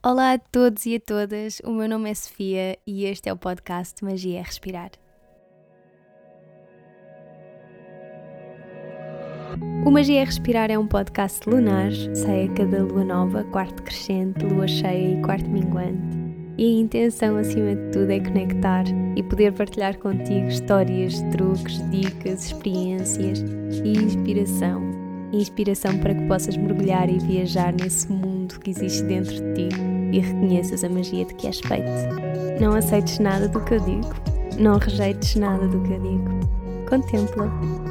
Olá a todos e a todas, o meu nome é Sofia e este é o podcast Magia é Respirar. O Magia é Respirar é um podcast lunar, sai a cada lua nova, quarto crescente, lua cheia e quarto minguante. E a intenção acima de tudo é conectar e poder partilhar contigo histórias, truques, dicas, experiências e inspiração. Inspiração para que possas mergulhar e viajar nesse mundo que existe dentro de ti e reconheças a magia de que és feito. Não aceites nada do que eu digo, não rejeites nada do que eu digo. Contempla.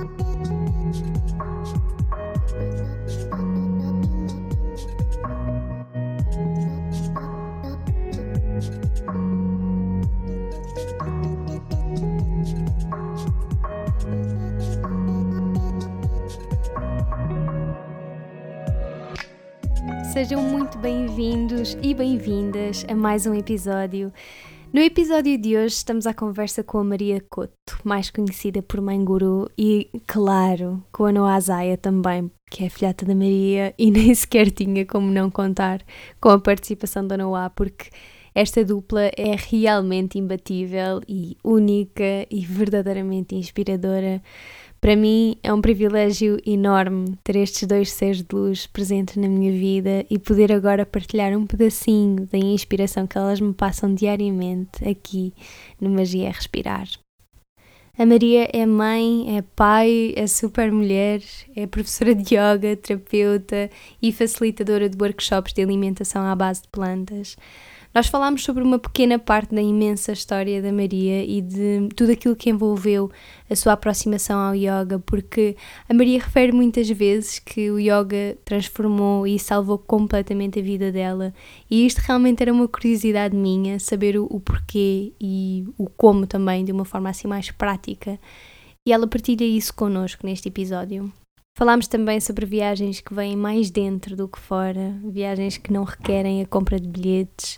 Sejam muito bem-vindos e bem-vindas a mais um episódio. No episódio de hoje estamos à conversa com a Maria Couto, mais conhecida por Mãe Guru, e, claro, com a Noa Azaya também, que é a filhata da Maria, e nem sequer tinha como não contar com a participação da Noa, porque esta dupla é realmente imbatível e única e verdadeiramente inspiradora. Para mim é um privilégio enorme ter estes dois seres de luz presentes na minha vida e poder agora partilhar um pedacinho da inspiração que elas me passam diariamente aqui no Magia é Respirar. A Maria é mãe, é pai, é super mulher, é professora de yoga, terapeuta e facilitadora de workshops de alimentação à base de plantas. Nós falámos sobre uma pequena parte da imensa história da Maria e de tudo aquilo que envolveu a sua aproximação ao yoga, porque a Maria refere muitas vezes que o yoga transformou e salvou completamente a vida dela, e isto realmente era uma curiosidade minha, saber o porquê e o como também, de uma forma assim mais prática, e ela partilha isso connosco neste episódio. Falámos também sobre viagens que vêm mais dentro do que fora, viagens que não requerem a compra de bilhetes,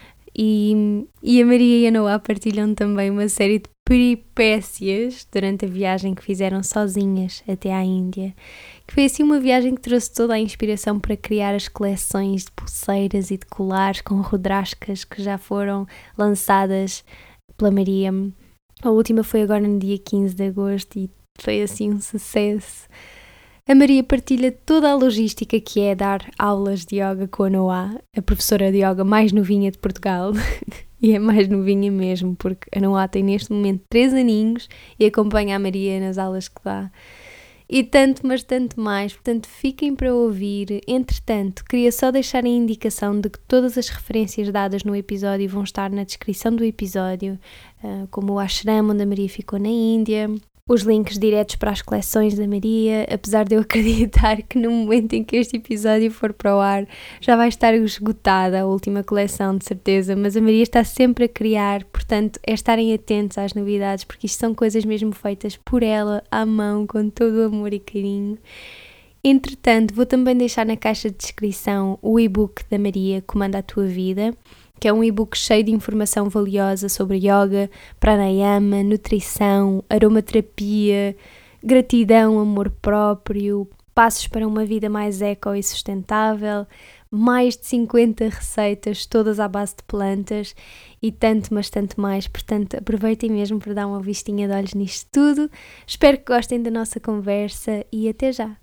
e a Maria e a Noa partilham também uma série de peripécias durante a viagem que fizeram sozinhas até à Índia, que foi assim uma viagem que trouxe toda a inspiração para criar as coleções de pulseiras e de colares com rudrascas que já foram lançadas pela Maria. A última foi agora no dia 15 de agosto e foi assim um sucesso. A Maria partilha toda a logística que é dar aulas de yoga com a Noa, a professora de yoga mais novinha de Portugal. E é mais novinha mesmo, porque a Noa tem neste momento 3 aninhos e acompanha a Maria nas aulas que dá. E tanto, mas tanto mais, portanto fiquem para ouvir. Entretanto, queria só deixar a indicação de que todas as referências dadas no episódio vão estar na descrição do episódio, como o ashram onde a Maria ficou na Índia, os links diretos para as coleções da Maria, apesar de eu acreditar que no momento em que este episódio for para o ar já vai estar esgotada a última coleção, de certeza, mas a Maria está sempre a criar, portanto é estarem atentos às novidades, porque isto são coisas mesmo feitas por ela, à mão, com todo o amor e carinho. Entretanto, vou também deixar na caixa de descrição o e-book da Maria, Comanda a Tua Vida, que é um e-book cheio de informação valiosa sobre yoga, pranayama, nutrição, aromaterapia, gratidão, amor próprio, passos para uma vida mais eco e sustentável, mais de 50 receitas, todas à base de plantas e tanto, mas tanto mais. Portanto, aproveitem mesmo para dar uma vistinha de olhos nisto tudo. Espero que gostem da nossa conversa e até já!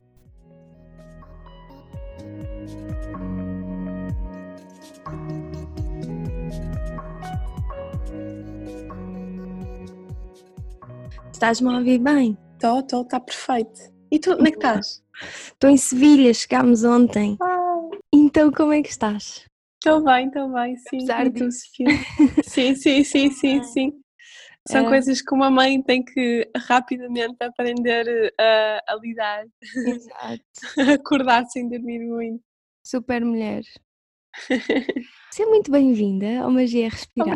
Estás-me a ouvir bem? Estou, está perfeito. E tu, onde é que estás? Estou em Sevilha, chegámos ontem. Então, como é que estás? Estou bem, sim. Apesar E tu, disso. Sofia? Sim. São coisas que uma mãe tem que rapidamente aprender a lidar. Exato. Acordar sem dormir muito. Super mulher. Seja muito bem-vinda ao Magia é Respirar.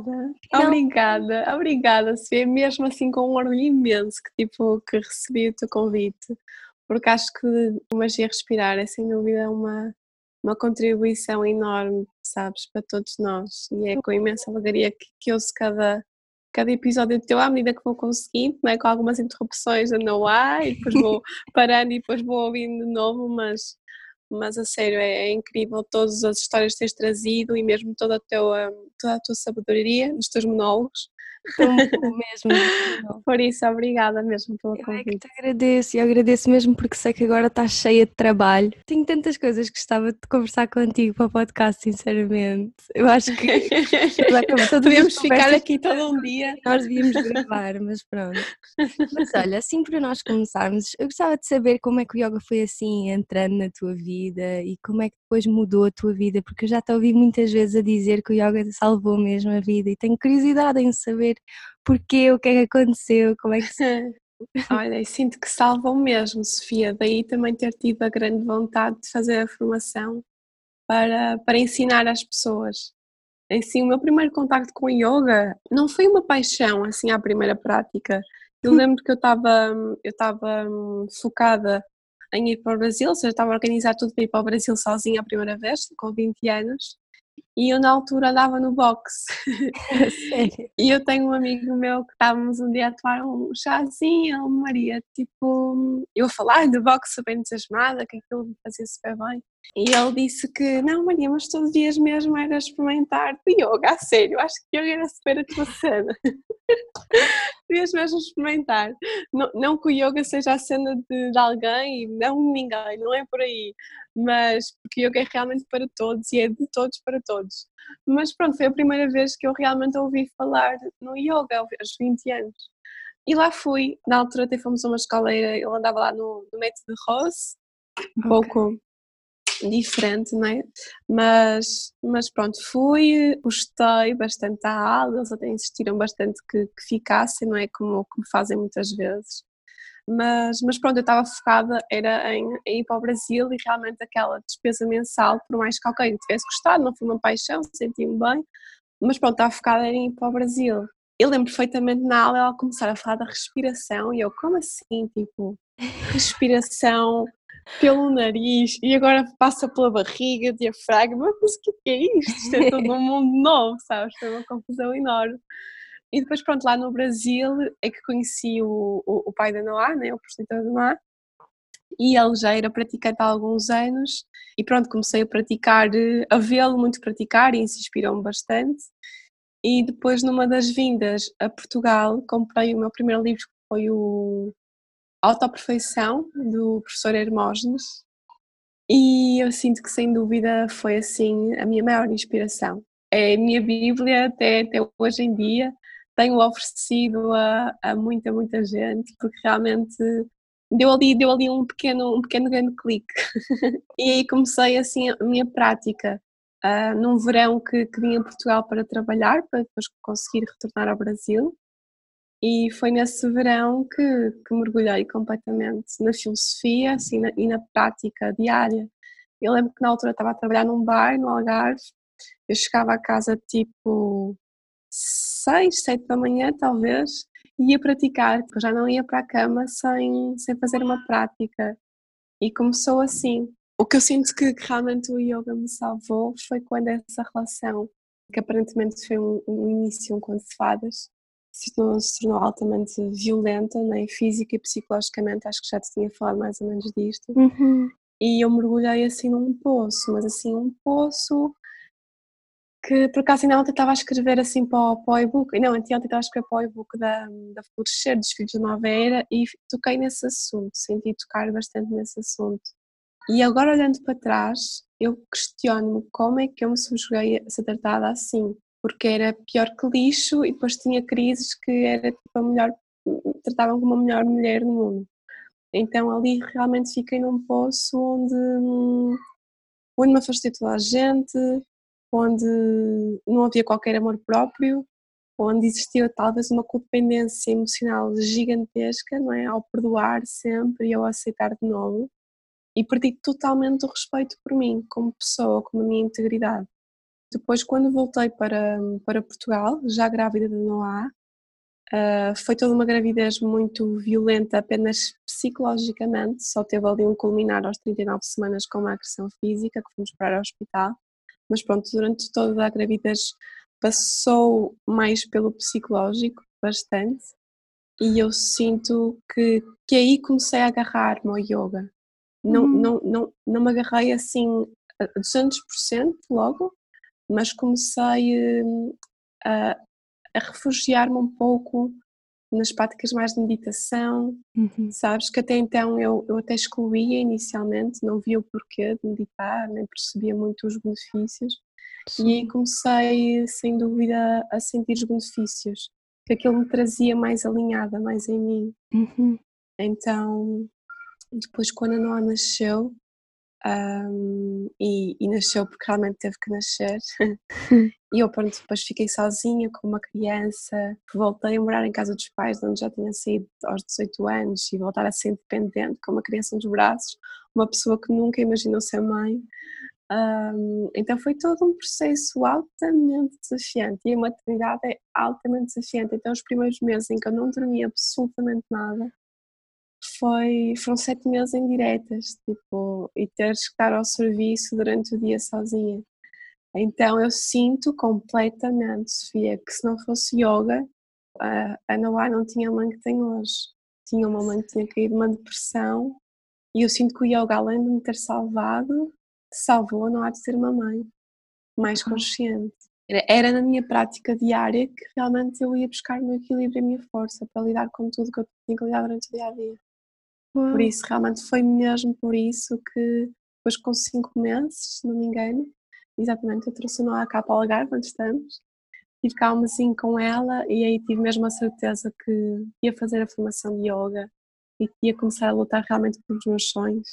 Obrigada, Sofia. Mesmo assim com um orgulho imenso que recebi o teu convite, porque acho que o Magia Respirar é sem dúvida uma contribuição enorme, sabes, para todos nós, e é com imensa alegria que ouço cada episódio teu à medida que vou conseguindo, não é? Com algumas interrupções não há, e depois vou parando e depois vou ouvindo de novo, mas mas a sério, é incrível todas as histórias que tens trazido e mesmo toda a tua sabedoria nos teus monólogos. Tão bom mesmo. Por isso, obrigada mesmo pelo Eu é que convite. te agradeço, e eu agradeço mesmo porque sei que agora estás cheia de trabalho. Tenho tantas coisas que gostava de conversar contigo para o podcast, sinceramente. Eu acho que todas as Podemos ficar conversas aqui todo um dia. que nós devíamos gravar, mas pronto. Mas olha, assim para nós começarmos, eu gostava de saber como é que o yoga foi assim entrando na tua vida e como é que depois mudou a tua vida, porque eu já te ouvi muitas vezes a dizer que o yoga te salvou mesmo a vida e tenho curiosidade em saber porquê, o que é que aconteceu, como é que se... Olha, e sinto que salvam mesmo, Sofia, daí também ter tido a grande vontade de fazer a formação para ensinar às pessoas. Assim, o meu primeiro contacto com yoga não foi uma paixão, assim, à primeira prática. Eu lembro que eu estava focada em ir para o Brasil, ou seja, estava a organizar tudo para ir para o Brasil sozinha a primeira vez, com 20 anos, e eu na altura andava no boxe. Sério. E eu tenho um amigo meu que estávamos um dia a tomar um chazinho, ele, Maria, tipo, eu a falar de boxe super entusiasmada, que aquilo me fazia super bem. E ele disse que, não Maria, mas todos os dias mesmo era experimentar de yoga, a sério, acho que yoga era super a tua cena. Devias mesmo experimentar. Não, não que o yoga seja a cena de alguém, não de ninguém, não é por aí. Mas porque o yoga é realmente para todos e é de todos para todos. Mas pronto, foi a primeira vez que eu realmente ouvi falar no yoga, aos 20 anos. E lá fui, na altura até fomos a uma escola, ele andava lá no método Rose, um pouco diferente, não é? Mas pronto, fui, gostei bastante da aula, eles até insistiram bastante que ficassem, não é? Como fazem muitas vezes. Mas pronto, eu estava focada, era em ir para o Brasil e realmente aquela despesa mensal, por mais que alguém tivesse gostado, não foi uma paixão, senti-me bem, mas pronto, estava focada em ir para o Brasil. Eu lembro perfeitamente na aula ela começar a falar da respiração e eu, como assim? Tipo, respiração pelo nariz e agora passa pela barriga, diafragma, mas o que é isto? Isto é todo um mundo novo, sabes? Foi uma confusão enorme. E depois, pronto, lá no Brasil é que conheci o pai da Noá, né, o professor da Noá, e ele já era praticante há alguns anos e pronto, comecei a praticar, a vê-lo muito praticar e isso inspirou-me bastante. E depois, numa das vindas a Portugal, comprei o meu primeiro livro, que foi o Autoperfeição, do professor Hermógenes, e eu sinto que sem dúvida foi assim a minha maior inspiração. É a minha Bíblia até hoje em dia, tenho oferecido a muita gente, porque realmente deu ali um pequeno grande clique. E aí comecei assim a minha prática, num verão que vim a Portugal para trabalhar, para depois conseguir retornar ao Brasil. E foi nesse verão que mergulhei completamente na filosofia assim, e na prática diária. Eu lembro que na altura estava a trabalhar num bar no Algarve, eu chegava a casa tipo 6, 7 da manhã talvez, e ia praticar, eu já não ia para a cama sem fazer uma prática. E começou assim. O que eu sinto que realmente o yoga me salvou foi quando essa relação, que aparentemente foi um início, um conto de fadas, se tornou altamente violenta, né? Física e psicologicamente, acho que já te tinha falado mais ou menos disto. Uhum. E eu mergulhei assim num poço, mas assim um poço que por acaso ainda ontem estava a escrever assim para o e-book, não, anteontem estava a escrever para o e-book da Florescer, dos Filhos da Nova Era, e toquei nesse assunto, senti tocar bastante nesse assunto. E agora olhando para trás, eu questiono-me como é que eu me subjuguei a ser tratada assim, porque era pior que lixo e depois tinha crises que era tipo a melhor, tratavam como a melhor mulher do mundo. Então ali realmente fiquei num poço onde me afastei de toda a gente, onde não havia qualquer amor próprio, onde existia talvez uma codependência emocional gigantesca, não é? Ao perdoar sempre e ao aceitar de novo, e perdi totalmente o respeito por mim, como pessoa, como a minha integridade. Depois, quando voltei para Portugal, já grávida de Noah, foi toda uma gravidez muito violenta, apenas psicologicamente, só teve ali um culminar aos 39 semanas com uma agressão física, que fomos para o hospital, mas pronto, durante toda a gravidez passou mais pelo psicológico, bastante, e eu sinto que aí comecei a agarrar-me ao yoga. não me agarrei assim a 200% logo, mas comecei a, a refugiar-me um pouco nas práticas mais de meditação, Uhum. sabes, que até então eu até excluía inicialmente, não via o porquê de meditar, nem percebia muito os benefícios, e aí Sim. comecei, sem dúvida, a sentir os benefícios, que aquilo me trazia mais alinhada, mais em mim. Uhum. Então, depois quando a Noa nasceu, e nasceu porque realmente teve que nascer. E eu, pronto, depois fiquei sozinha com uma criança, voltei a morar em casa dos pais, de onde já tinha saído aos 18 anos, e voltar a ser independente, com uma criança nos braços, uma pessoa que nunca imaginou ser mãe. Então foi todo um processo altamente desafiante, e a maternidade é altamente desafiante. Então os primeiros meses em que eu não dormia absolutamente nada, foram 7 meses em diretas, tipo, e teres que estar ao serviço durante o dia sozinha. Então eu sinto completamente, Sofia, que se não fosse yoga, a Noa não tinha a mãe que tem hoje. Tinha uma mãe que tinha caído numa depressão, e eu sinto que o yoga, além de me ter salvado, salvou a Noa de ter uma mãe mais consciente. Era na minha prática diária que realmente eu ia buscar o meu equilíbrio e a minha força para lidar com tudo que eu tinha que lidar durante o dia a dia. Por Uau. isso, realmente foi mesmo por isso que depois com 5 meses, se não me engano, exatamente, eu trouxe a Noa cá para o Algarve, onde estamos, tive cá um mesinho com ela, e aí tive mesmo a certeza que ia fazer a formação de yoga e que ia começar a lutar realmente pelos meus sonhos,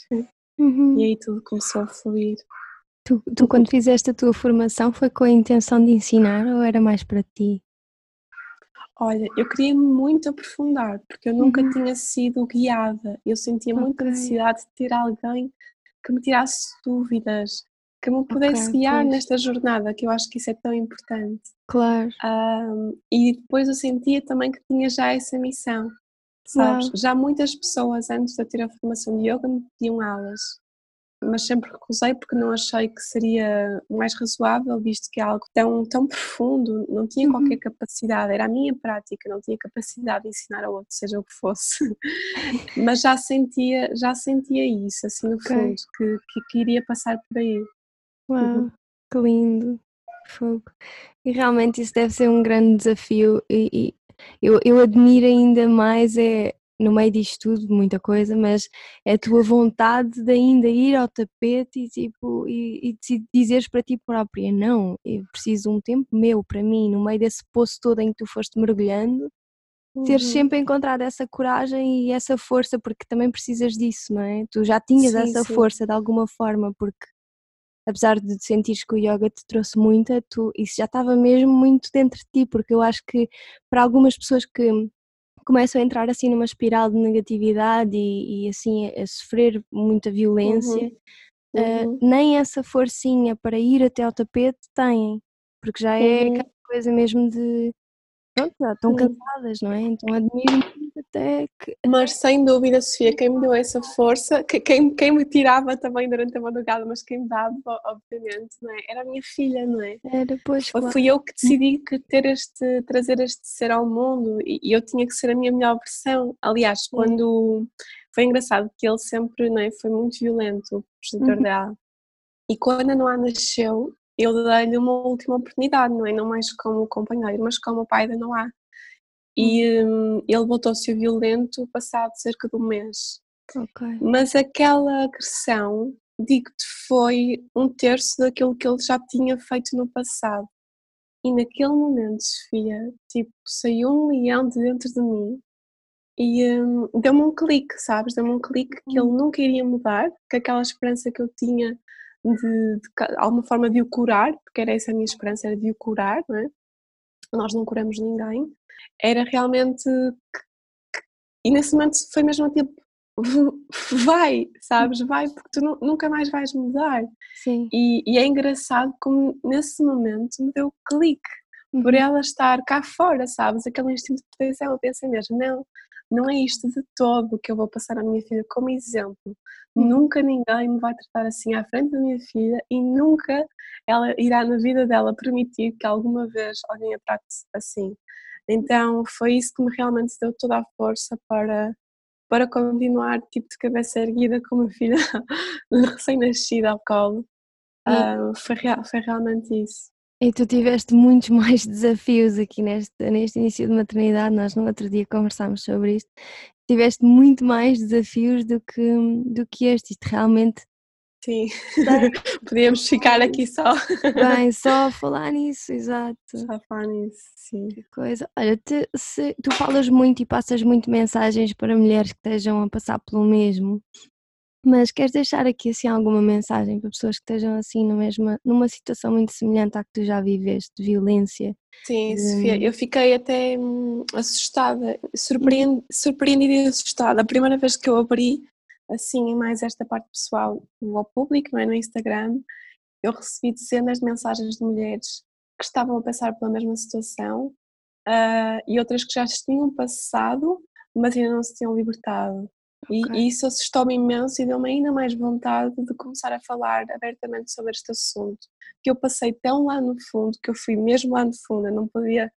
e Uhum. aí tudo começou a fluir. Tu quando fizeste a tua formação foi com a intenção de ensinar ou era mais para ti? Olha, eu queria muito aprofundar, porque eu nunca Uhum. tinha sido guiada, eu sentia muita Ok, necessidade de ter alguém que me tirasse dúvidas, que me ok, pudesse guiar pois, nesta jornada, que eu acho que isso é tão importante. claro. E depois eu sentia também que tinha já essa missão, sabes? Uau. Já muitas pessoas antes de eu ter a formação de yoga me pediam aulas, mas sempre recusei porque não achei que seria o mais razoável, visto que é algo tão profundo, não tinha qualquer Uhum. capacidade, era a minha prática, não tinha capacidade de ensinar a outro, seja o que fosse. Mas já sentia isso, assim no Ok, fundo, que iria passar por aí. uau, que lindo, fogo. E realmente isso deve ser um grande desafio e eu admiro ainda mais no meio disto tudo, muita coisa, mas é a tua vontade de ainda ir ao tapete e tipo, dizeres para ti própria: "Não, eu preciso de um tempo meu para mim", no meio desse poço todo em que tu foste mergulhando, teres Uhum. sempre encontrado essa coragem e essa força, porque também precisas disso, não é? Tu já tinhas Sim, essa sim. força de alguma forma, porque apesar de sentires que o yoga te trouxe muita, isso já estava mesmo muito dentro de ti, porque eu acho que para algumas pessoas que começam a entrar assim numa espiral de negatividade e assim a sofrer muita violência, Uhum. Uhum. nem essa forcinha para ir até ao tapete têm, porque já é Uhum. aquela coisa mesmo de pronto, já estão Hum. cansadas, não é? Então admiro muito até que Mas sem dúvida, Sofia, quem me deu essa força, quem me tirava também durante a madrugada, mas quem me dava, obviamente, não é? Era a minha filha, não é? era, pois claro. Fui eu que decidi que trazer este ser ao mundo, e eu tinha que ser a minha melhor versão. Aliás, É. quando foi engraçado que ele sempre, não é, foi muito violento, o progenitor Uhum, dela. E quando a Noa nasceu, eu dei-lhe uma última oportunidade, não é? Não mais como companheiro, mas como pai da Noa. uhum, E ele voltou a ser violento passado cerca de um mês. ok. Mas aquela agressão, digo-te, foi um terço daquilo que ele já tinha feito no passado. E naquele momento, Sofia, tipo, saiu um leão de dentro de mim e deu-me um clique, sabes? Deu-me um clique que ele Hum, nunca iria mudar, que aquela esperança que eu tinha de alguma forma de o curar, porque era essa a minha esperança, era de o curar, não é? Nós não curamos ninguém. Era realmente. E nesse momento foi mesmo tipo, vai, sabes? Vai, porque tu nunca mais vais mudar. sim. E é engraçado como nesse momento me deu clique por Uhum, ela estar cá fora, sabes? Aquele instinto de proteção. Eu pensei mesmo, não, não é isto de todo que eu vou passar à minha filha como exemplo. uhum. Nunca ninguém me vai tratar assim à frente da minha filha, e nunca ela irá na vida dela permitir que alguma vez alguém a trate assim. Então foi isso que me realmente deu toda a força para continuar tipo de cabeça erguida com uma filha recém-nascida ao colo. Foi realmente isso. E tu tiveste muitos mais desafios aqui neste início de maternidade, nós no outro dia conversámos sobre isto, tiveste muito mais desafios do que este, isto realmente Sim, tem podíamos ficar aqui só bem, só a falar nisso, exato, a falar nisso, sim. que coisa. Olha, tu falas muito e passas muito mensagens para mulheres que estejam a passar pelo mesmo, mas queres deixar aqui assim alguma mensagem para pessoas que estejam assim numa situação muito semelhante à que tu já viveste, de violência? Sim, Sofia, De... eu fiquei até assustada, Uhum. surpreendida e assustada. A primeira vez que eu abri, assim, mais esta parte pessoal ao público, não é, no Instagram, eu recebi dezenas de mensagens de mulheres que estavam a passar pela mesma situação, e outras que já se tinham passado, mas ainda não se tinham libertado. Ok, E isso assustou-me imenso e deu-me ainda mais vontade de começar a falar abertamente sobre este assunto. Que eu passei tão lá no fundo, que eu fui mesmo lá no fundo, eu não podia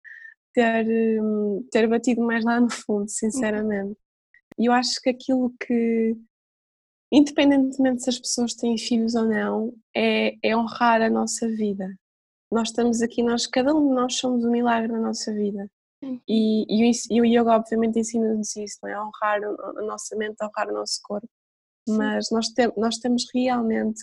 ter batido mais lá no fundo, uhum, sinceramente. E eu acho que aquilo que, independentemente se as pessoas têm filhos ou não, é honrar a nossa vida. Nós estamos aqui, cada um de nós somos um milagre na nossa vida. uhum, E o yoga obviamente ensina-nos isso, não é? Honrar a nossa mente, honrar o nosso corpo, sim, mas nós temos realmente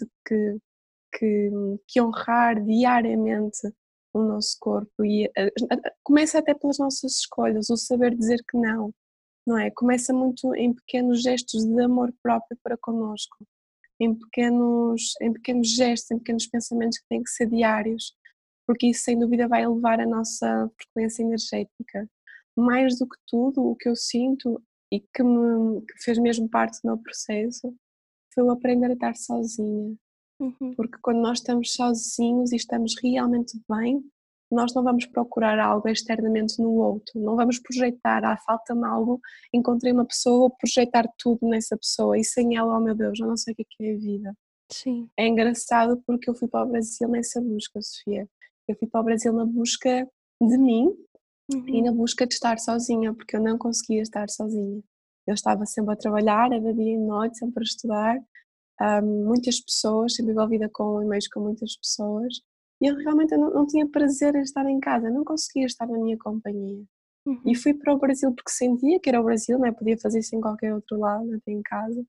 que honrar diariamente o nosso corpo e começa até pelas nossas escolhas, o saber dizer que não é? Começa muito em pequenos gestos de amor próprio para connosco, em pequenos gestos, em pequenos pensamentos que têm que ser diários, porque isso sem dúvida vai elevar a nossa frequência energética. Mais do que tudo, o que eu sinto e que fez mesmo parte do meu processo foi o aprender a estar sozinha, uhum, porque quando nós estamos sozinhos e estamos realmente bem, nós não vamos procurar algo externamente no outro, não vamos projetar, falta-me algo, encontrei uma pessoa, projetar tudo nessa pessoa e sem ela, oh meu Deus, eu não sei o que é a vida. sim, É engraçado porque eu fui para o Brasil nessa busca, Sofia. Eu fui para o Brasil na busca de mim e uhum, na busca de estar sozinha, porque eu não conseguia estar sozinha. Eu estava sempre a trabalhar, era dia e noite, sempre a estudar, muitas pessoas, sempre envolvida com e-mails com muitas pessoas, e eu realmente não tinha prazer em estar em casa, não conseguia estar na minha companhia. E uhum, fui para o Brasil porque sentia que era o Brasil, não é? Podia fazer isso em qualquer outro lado, até em casa,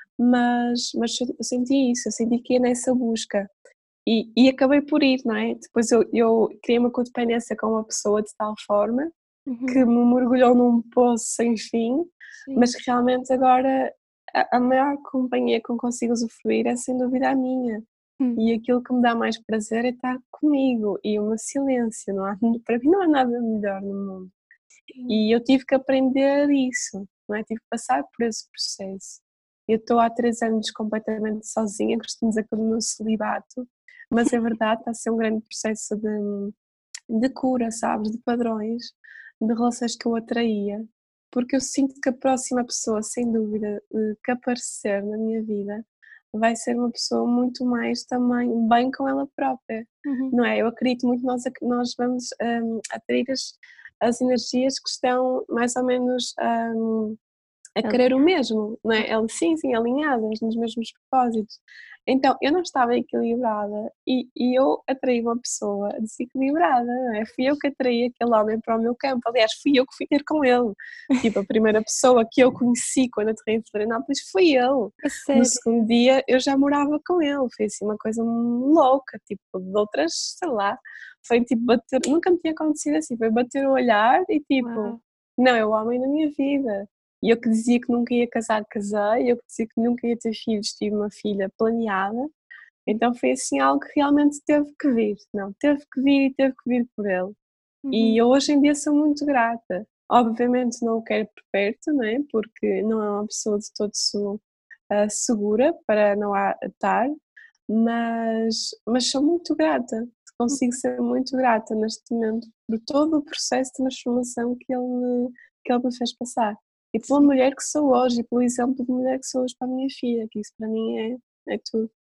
mas eu senti isso, eu senti que ia nessa busca. E acabei por ir, não é? Depois eu criei uma codependência com uma pessoa de tal forma que uhum, me mergulhou num poço sem fim, sim, mas que realmente agora a maior companhia que eu consigo usufruir é sem dúvida a minha. hum, E aquilo que me dá mais prazer é estar comigo e o meu silêncio, não há, para mim não há nada melhor no mundo. sim, E eu tive que aprender isso, não é? Tive que passar por esse processo. Eu estou há 3 anos completamente sozinha, costumo dizer que eu no meu celibato, mas é verdade, está a ser um grande processo de cura, sabes, de padrões, de relações que eu atraía, porque eu sinto que a próxima pessoa, sem dúvida, que aparecer na minha vida, vai ser uma pessoa muito mais também bem com ela própria, uhum, não é? Eu acredito muito que nós vamos atrair as energias que estão mais ou menos a querer o alinhar, mesmo, não é? Sim, sim, alinhadas nos mesmos propósitos. Então, eu não estava equilibrada e eu atraí uma pessoa desequilibrada, não é? Fui eu que atraí aquele homem para o meu campo, aliás, fui eu que fui ter com ele. Tipo, a primeira pessoa que eu conheci quando aterrei em Florianópolis foi ele. a No sério, segundo dia eu já morava com ele, foi assim uma coisa louca, tipo, de outras, sei lá, foi tipo bater, nunca me tinha acontecido assim, foi bater o olhar e tipo, uau, não, é o homem da minha vida. E eu que dizia que nunca ia casar, casei, eu que dizia que nunca ia ter filhos, tive uma filha planeada, então foi assim algo que realmente teve que vir, não, teve que vir e teve que vir por ele. uhum, E eu hoje em dia sou muito grata. Obviamente não o quero por perto, não é? Porque não é uma pessoa de todo segura para não a estar, mas sou muito grata, consigo ser muito grata neste momento por todo o processo de transformação que ele me fez passar. E pela sim. mulher que sou hoje, e pelo exemplo de mulher que sou hoje para a minha filha, que isso para mim é tudo.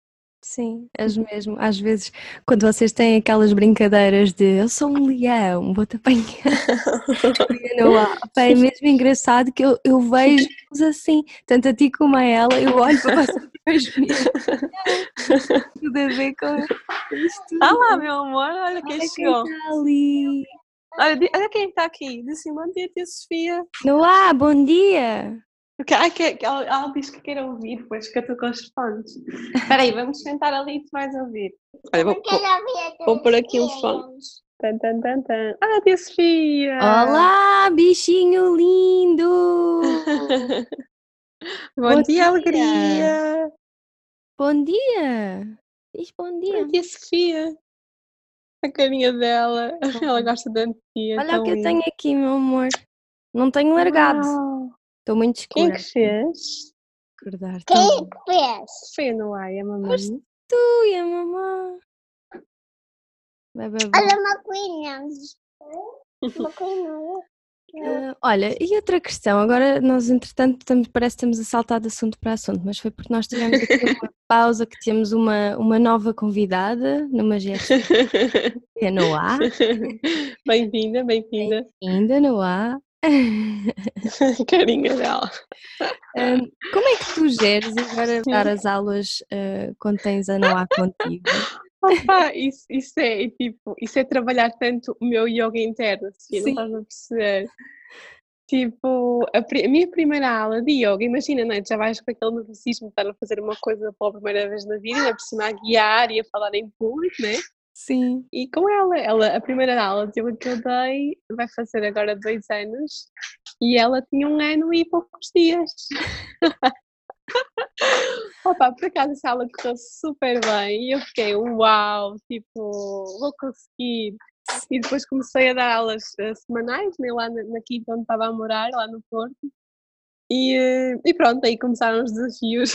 Sim, és mesmo. Às vezes, quando vocês têm aquelas brincadeiras de eu sou um leão, vou-te apanhar. Não há. Pá, é mesmo engraçado que eu vejo-vos assim, tanto a ti como a ela, eu olho para vocês e vejo mesmo. Tudo a ver com isto Ah tudo. lá, meu amor, olha quem Olha quem chegou. está ali. Olha quem está aqui. Disse bom dia, tia Sofia. Noah, bom dia. Ela diz que quer ouvir, pois que eu estou com os fones. Espera aí, vamos sentar ali e tu vais ouvir. Olha, vou pôr aqui uns fones. Tan, tan, tan, tan. Ah, tia Sofia! Olá, bichinho lindo. Bom Bom dia, dia. alegria! Bom dia. Diz bom dia. Ai, tia Sofia! A carinha dela. Ela gosta da tia, Olha o tão que eu lindo. tenho aqui, meu amor. Não tenho largado. Uau! Estou muito Quem é escura. que fez? Acordar. Quem é que fez? Foi a Noai, a mamãe. Foste tu e a mamãe. Bebê bom. Olha uma coelhinha. Uma coelhinha. Olha, e outra questão, agora nós entretanto parece que temos a saltar de assunto para assunto, mas foi porque nós tivemos aqui uma pausa que temos uma nova convidada numa GR, que é Noah, Bem-vinda, bem-vinda. ainda Noah. Carinha dela. Como é que tu geres agora dar as aulas quando tens a Noah contigo? Opa, isso é tipo, isso é trabalhar tanto o meu yoga interno, Sofia, não Sim. estás a perceber? Tipo, a minha primeira aula de yoga, imagina, não é? Já vais com aquele nervosismo de estar a fazer uma coisa pela primeira vez na vida, ainda por cima a guiar e a falar em público, né? Sim. E com ela, a primeira aula de yoga que eu dei, vai fazer agora 2 anos, e ela tinha 1 ano e poucos dias. Opa, por acaso essa aula correu super bem e eu fiquei, uau, tipo, vou conseguir. E depois comecei a dar aulas semanais, né, lá na quinta onde estava a morar, lá no Porto. E pronto, aí começaram os desafios.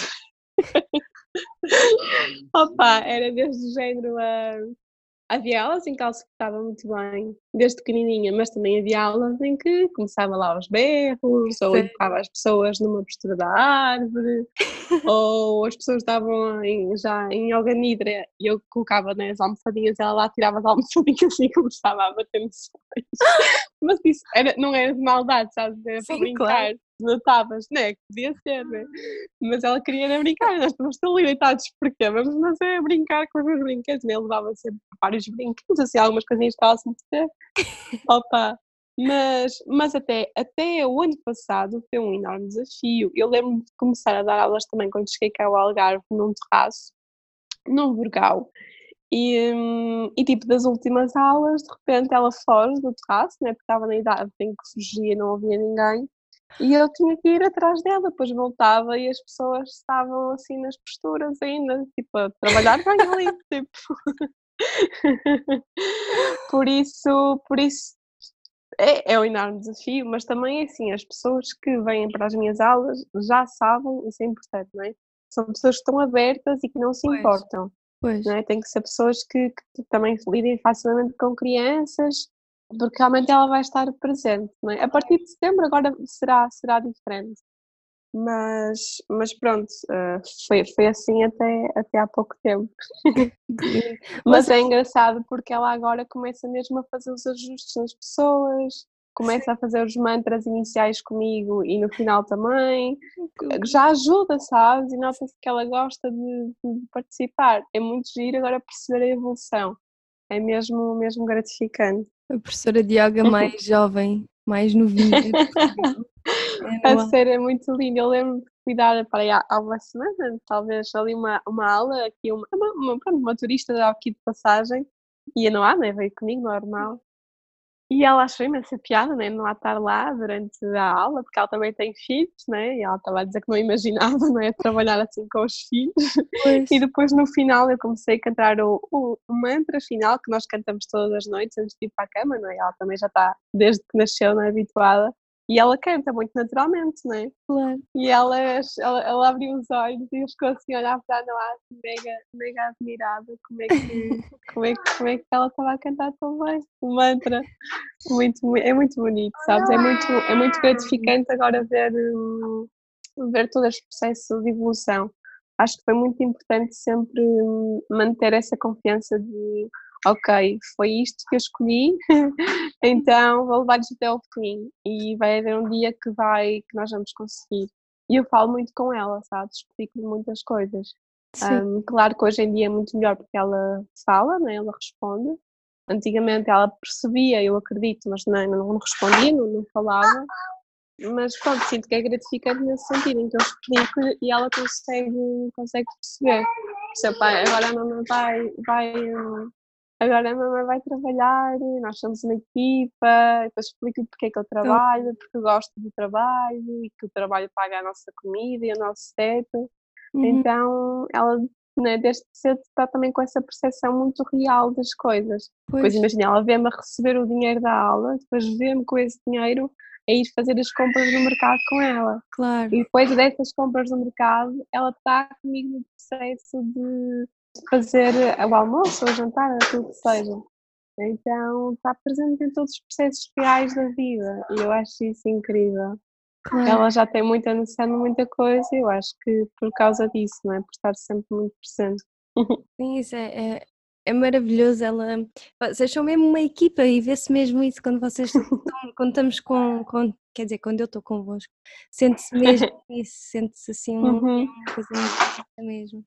Opa, era desde o género havia aulas em que ela se portava muito bem, desde pequenininha, mas também havia aulas em que começava lá aos berros, ou Sério? empurrava as pessoas numa postura da árvore, ou as pessoas estavam já em yoga nidra e eu colocava, né, as almofadinhas, ela lá tirava as almofadinhas e começava a bater no chão. Mas isso não era de maldade, sabes? Era para Sim, claro. brincar. Notavas, né? Que podia ser, né? Mas ela queria era brincar, nós estamos tão limitados porquê? Vamos nós é brincar com os meus brinquedos, né? Eu levava sempre vários brinquedos, assim, algumas coisinhas que ela se meter. Opa! Mas até o ano passado foi um enorme desafio. Eu lembro-me de começar a dar aulas também quando cheguei cá ao Algarve, num terraço, num Burgal. E tipo, das últimas aulas, de repente ela foge do terraço, né? Porque estava na idade em que fugia e não havia ninguém. E eu tinha que ir atrás dela, depois voltava e as pessoas estavam assim nas posturas ainda, tipo, a trabalhar bem ali, tipo. Por isso é um enorme desafio, mas também é assim, as pessoas que vêm para as minhas aulas já sabem, isso é importante, não é? São pessoas que estão abertas e que não se Pois. importam, Pois. não é? Tem que ser pessoas que também lidem facilmente com crianças, porque realmente ela vai estar presente, não é? A partir de setembro agora será diferente, mas pronto, foi assim até há pouco tempo. Que lindo. Mas é engraçado porque ela agora começa mesmo a fazer os ajustes nas pessoas, começa a fazer os mantras iniciais comigo e no final também. Já ajuda, sabes? E nota-se que ela gosta de participar. É muito giro agora perceber a evolução. É mesmo gratificante. A professora de yoga mais jovem, mais novinha de Portugal. A Noah. sério, é muito lindo. Eu lembro-me de cuidar para aí há uma semana, talvez ali uma aula, aqui uma turista aqui de passagem, e a Noá, né, veio comigo, normal. E ela achou imensa piada, né, não há estar lá durante a aula, porque ela também tem filhos, né, e ela estava a dizer que não imaginava, não é, trabalhar assim com os filhos. Pois. E depois no final eu comecei a cantar o mantra final que nós cantamos todas as noites antes de ir para a cama, não é? Ela também já está, desde que nasceu, não é, habituada. E ela canta muito naturalmente, não é? Claro. E ela abriu os olhos e ficou assim a olhar para a Noah, mega admirada como é que ela estava a cantar tão bem o mantra. É muito bonito, sabes? É muito gratificante agora ver todo este processo de evolução. acho que foi muito importante sempre manter essa confiança de ok, foi isto que eu escolhi, então vou levar isto até ao fim e vai haver um dia que nós vamos conseguir. E eu falo muito com ela, sabes? Explico-lhe muitas coisas. Sim, Claro que hoje em dia é muito melhor porque ela fala, né? Ela responde. Antigamente ela percebia, eu acredito, mas não respondia, não falava. Mas pronto, sinto que é gratificante nesse sentido, em que eu explico e ela consegue perceber. Seu pai, agora a mamãe agora a mamãe vai trabalhar, nós somos uma equipa, depois explico-lhe porque é que eu então, trabalho, porque eu gosto do trabalho e que o trabalho paga a nossa comida e o nosso teto. uhum, Então ela, né, desde cedo está também com essa percepção muito real das coisas. Pois pois, imagina, ela vê-me a receber o dinheiro da aula, depois vê-me com esse dinheiro a ir fazer as compras no mercado com ela. claro, E depois dessas compras no mercado, ela está comigo no processo de fazer o almoço ou o jantar, aquilo que seja. Então está presente em todos os processos reais da vida e eu acho isso incrível. claro. Ela já tem muita noção de muita coisa e eu acho que por causa disso, não é? Por estar sempre muito presente. Sim, isso é maravilhoso. Vocês são mesmo uma equipa e vê-se mesmo isso quando vocês quando estamos quer dizer, quando eu estou convosco, sente-se mesmo isso, sente-se assim Uhum. uma coisa muito bonita mesmo.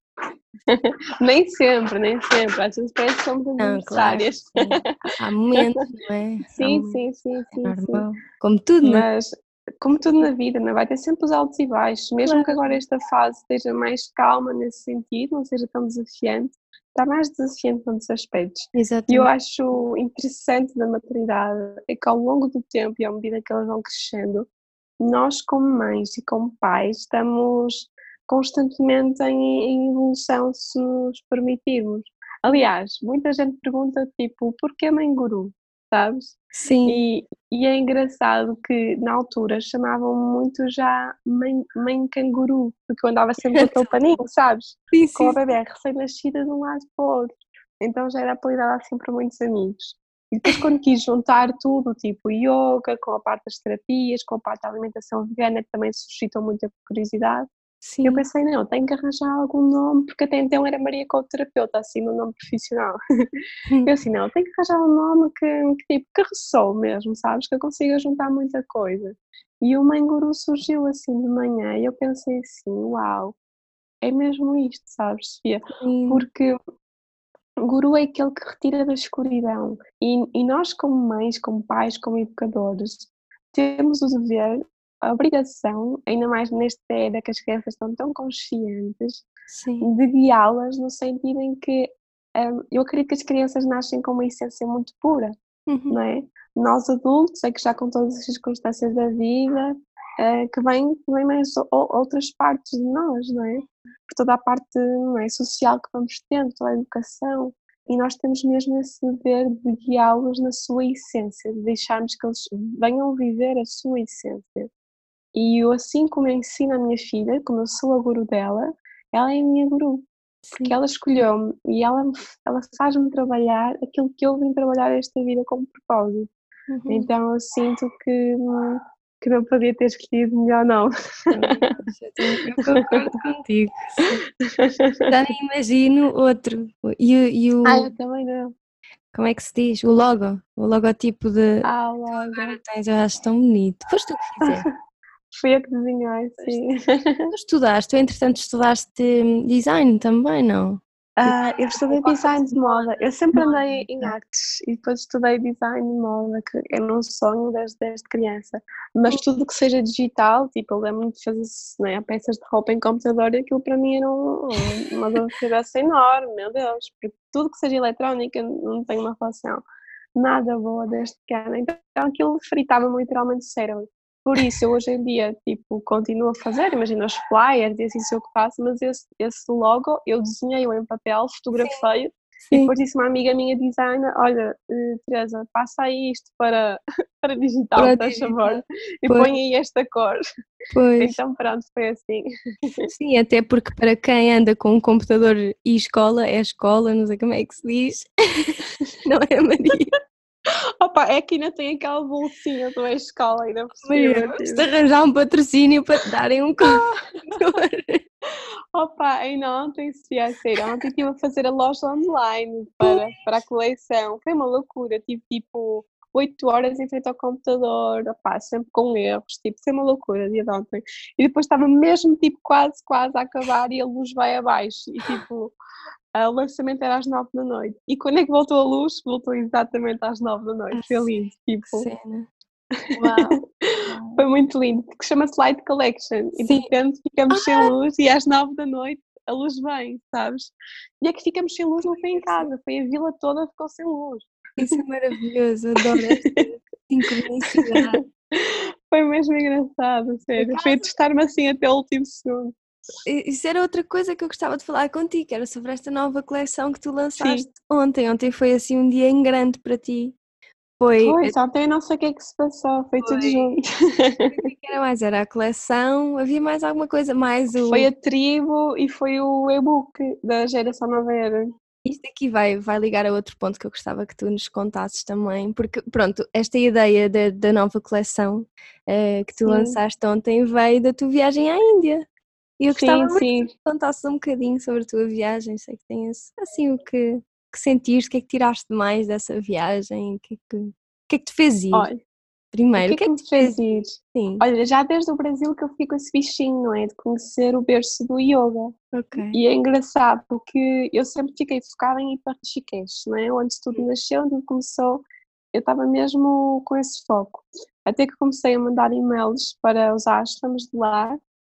Nem sempre. Às vezes parece que somos Não, claro, adversárias. sim. Há momentos, não é? Há Sim, momentos, sim, sim, é sim, sim. normal. Como tudo, né? Mas, como tudo na vida, não é? Vai ter sempre os altos e baixos. Mesmo que Claro, agora esta fase esteja mais calma nesse sentido, não seja tão desafiante, está mais desafiante noutros aspectos. E eu exatamente. acho interessante da maternidade é que ao longo do tempo e à medida que elas vão crescendo, nós como mães e como pais estamos constantemente em evolução se nos permitirmos. Aliás, muita gente pergunta tipo, porquê mãe guru? Sabes? Sim, E é engraçado que na altura chamavam muito já mãe canguru, porque eu andava sempre com aquele paninho, sabes? sim, Com a sim, bebé recém-nascida de um lado para o outro. Então já era apelidada assim por muitos amigos. E depois quando quis juntar tudo, tipo yoga, com a parte das terapias, com a parte da alimentação vegana, que também suscitou muita curiosidade, eu sim. pensei, não, tenho que arranjar algum nome, porque até então era Maria Couto Terapeuta, assim, no nome profissional. Eu assim, não, tenho que arranjar um nome tipo, que ressoe mesmo, sabes? Que eu consiga juntar muita coisa. E o Menguru surgiu assim de manhã e eu pensei assim, uau, é mesmo isto, sabes, Sofia? Lindo. Porque o guru é aquele que retira da escuridão. E nós, como mães, como pais, como educadores, temos o dever, a obrigação, ainda mais nesta era que as crianças estão tão conscientes, Sim. de guiá-las no sentido em que eu acredito que as crianças nascem com uma essência muito pura, Uhum. não é? Nós adultos é que já com todas as circunstâncias da vida, que vem mais outras partes de nós, não é? Por toda a parte, não é, social que vamos tendo, toda a educação, e nós temos mesmo esse dever de guiá-los na sua essência, de deixarmos que eles venham viver a sua essência. E eu, assim como eu ensino a minha filha, como eu sou a guru dela, ela é a minha guru, porque Sim. ela escolheu-me e ela faz-me trabalhar aquilo que eu vim trabalhar esta vida como propósito. Uhum. Então eu sinto que não podia ter escolhido melhor não. Pois, eu concordo contigo, sim. Já nem imagino outro. Eu também não. Como é que se diz? O logotipo de Logo. agora tens, eu acho tão bonito. Foste tu que fizeste. Fui eu que desenhei, Foste. sim. Tu entretanto estudaste design também, não? Eu Ou estudei qualquer coisa design de de moda. Eu sempre andei moda, em ok. artes e depois estudei design de moda, que era um sonho desde criança. Mas tudo que seja digital, tipo, eu lembro-me de fazer, né, peças de roupa em computador e aquilo para mim era uma dor de cabeça enorme, meu Deus, porque tudo que seja eletrónica não tem uma relação nada boa desde pequena. Então aquilo fritava-me literalmente o cérebro. Por isso, eu hoje em dia, tipo, continuo a fazer, imagina os flyers e assim sou eu que faço, mas esse logo eu desenhei-o em papel, fotografei e Sim, depois disse uma amiga minha designer, olha, Teresa, passa aí isto para, para digital, para faz digitar. favor, e Pois, põe aí esta cor. pois. Então pronto, foi assim. Sim, até porque para quem anda com um computador e escola, é escola, não sei como é que se diz. Não é Maria? Opa, é que ainda tem aquela bolsinha do escola ainda por Maria, cima, vamos-te tipo. arranjar um patrocínio para te darem um computador. Opa, ainda ontem, se ia ser, ontem estive a fazer a loja online para a coleção, foi uma loucura, tive tipo 8 horas em frente ao computador, opá, sempre com erros, tipo, foi uma loucura o dia de ontem. E depois estava mesmo tipo quase a acabar e a luz vai abaixo e tipo, o lançamento era às 9 da noite. E quando é que voltou a luz? Voltou exatamente às 9 da noite, A foi sério, lindo, que tipo. cena. Uau, uau. Foi muito lindo, porque chama-se Light Collection e de Sim. repente ficamos sem Ah, luz e às 9 da noite a luz vem, sabes? E é que ficamos sem luz não foi em casa, foi a vila toda ficou sem luz. isso é maravilhoso, adoro esta sincronicidade. Foi mesmo engraçado, Por sério. Foi a acaso, testar-me assim até o último segundo. isso era outra coisa que eu gostava de falar contigo, que era sobre esta nova coleção que tu lançaste Sim, ontem. Ontem foi assim um dia em grande para ti. Foi, foi, só até não sei o que é que se passou, foi tudo foi, junto. o que era mais? Era a coleção, havia mais alguma coisa, mais Foi o. a tribo e foi o e-book da geração nova era. Isto aqui vai ligar a outro ponto que eu gostava que tu nos contasses também, porque pronto, esta ideia da nova coleção que tu Sim, lançaste ontem veio da tua viagem à Índia. E eu gostava sim, muito que sim. tu contasses um bocadinho sobre a tua viagem, sei que tens assim o que sentiste, o que é que tiraste mais dessa viagem, o que é que te fez ir? Olha, o Primeiro, que o é que é que que me te fez fez ir? ir? Sim, Olha, já desde o Brasil que eu fico com esse bichinho, não é? De conhecer o berço do yoga. ok. E é engraçado porque eu sempre fiquei focada em ir para Rishikesh, não é? Onde tudo nasceu, onde tudo começou. Eu estava mesmo com esse foco. Até que comecei a mandar e-mails para os ashrams de lá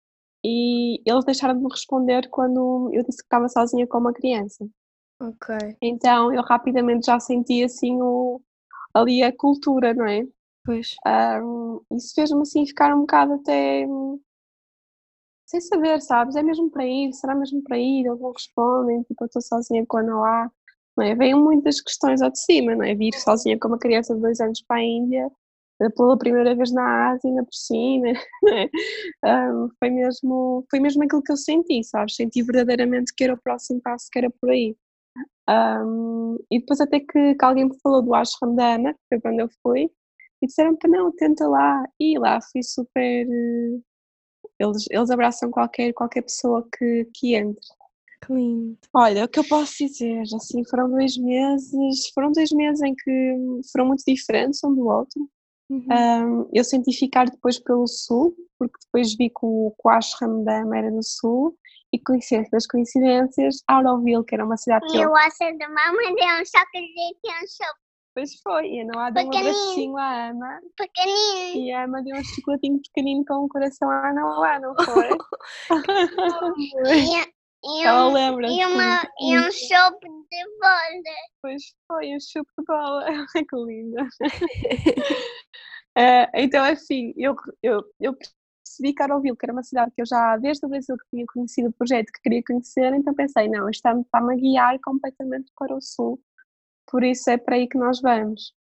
e eles deixaram de me responder quando eu disse que estava sozinha com uma criança. Ok, Então eu rapidamente já senti assim ali a cultura, não é? pois, Isso fez-me assim ficar um bocado até sem saber, sabes? É mesmo para ir? Será mesmo para ir? Eles não respondem, tipo, eu estou sozinha com a Noá, não é? Vêm muitas questões ao de cima, não é? Vir sozinha com uma criança de 2 anos para a Índia, pela primeira vez na Ásia, ainda por cima, não é? Foi mesmo aquilo que eu senti, sabes? Senti verdadeiramente que era o próximo passo, que era por aí. E depois até que alguém me falou do ashram da Ana, que foi quando eu fui, e disseram para não, tenta lá. E lá fui super. Eles abraçam qualquer pessoa que entre. que lindo. Olha, o que eu posso dizer, assim, foram 2 meses em que foram muito diferentes um do outro. Uhum. Eu senti ficar depois pelo sul, porque depois vi que o ashram da Ama era no sul, e coincidência das coincidências, Auroville, que era uma cidade que E eu o aço da mamãe deu um chocolate e um chocolate depois foi, e a Noa deu um pequenino, abracinho à Ama, pequenino. e a Ama deu um chocolatinho pequenino com um coração à Noa, não foi? Amor. E, e, Ela um, lembra-se e, como uma, e um chope de bola. depois foi o chupo de bola, que linda. Então assim, eu percebi que Auroville, que era uma cidade que eu já desde o Brasil que tinha conhecido o projeto, que queria conhecer, então pensei: "Não, isto está-me a guiar completamente para o sul, por isso é para aí que nós vamos".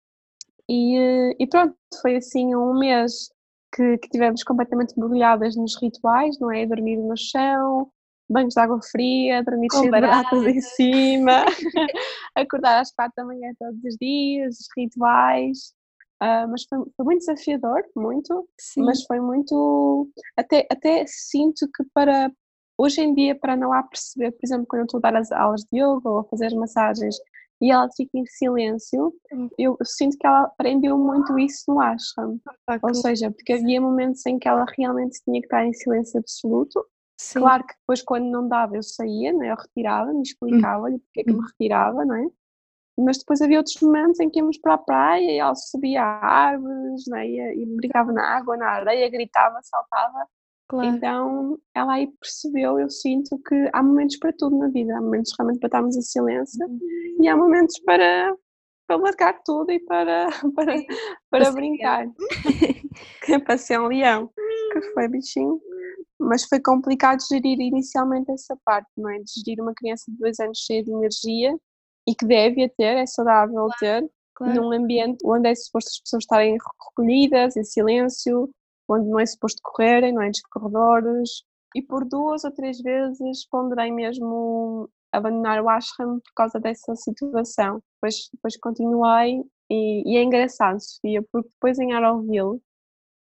E pronto, foi assim um mês que tivemos completamente mergulhadas nos rituais, não é, dormir no chão, banhos de água fria, dormir Com cheio de baratas em barata. cima, acordar às 4 da manhã todos os dias, os rituais, mas foi muito desafiador, muito, Sim. mas foi muito até sinto que para hoje em dia, para não há perceber, por exemplo, quando eu estou a dar as aulas de yoga ou a fazer as massagens e ela fica em silêncio, eu sinto que ela aprendeu muito isso no ashram. Opa, Ou que seja, porque havia momentos em que ela realmente tinha que estar em silêncio absoluto. sim. Claro que depois quando não dava eu saía, né, eu retirava-me, Uhum, explicava-lhe porque é que me uhum. retirava, não é? Mas depois havia outros momentos em que íamos para a praia e ela subia a árvores, né, e brincava na água, na areia, gritava, saltava. Claro. Então ela aí percebeu, eu sinto que há momentos para tudo na vida, há momentos realmente para estarmos em silêncio Uhum. e há momentos para marcar tudo e para para Sim. para Paciência. brincar, que é para ser um leão, que foi bichinho, mas foi complicado gerir inicialmente essa parte, não é, de gerir uma criança de 2 anos cheia de energia e que deve a ter, é saudável ter, Claro. num ambiente onde é suposto as pessoas estarem recolhidas, em silêncio, onde não é suposto correrem, não é, nos corredores, e por 2 ou 3 vezes ponderei mesmo abandonar o ashram por causa dessa situação. Depois continuei e é engraçado, Sofia, porque depois em Auroville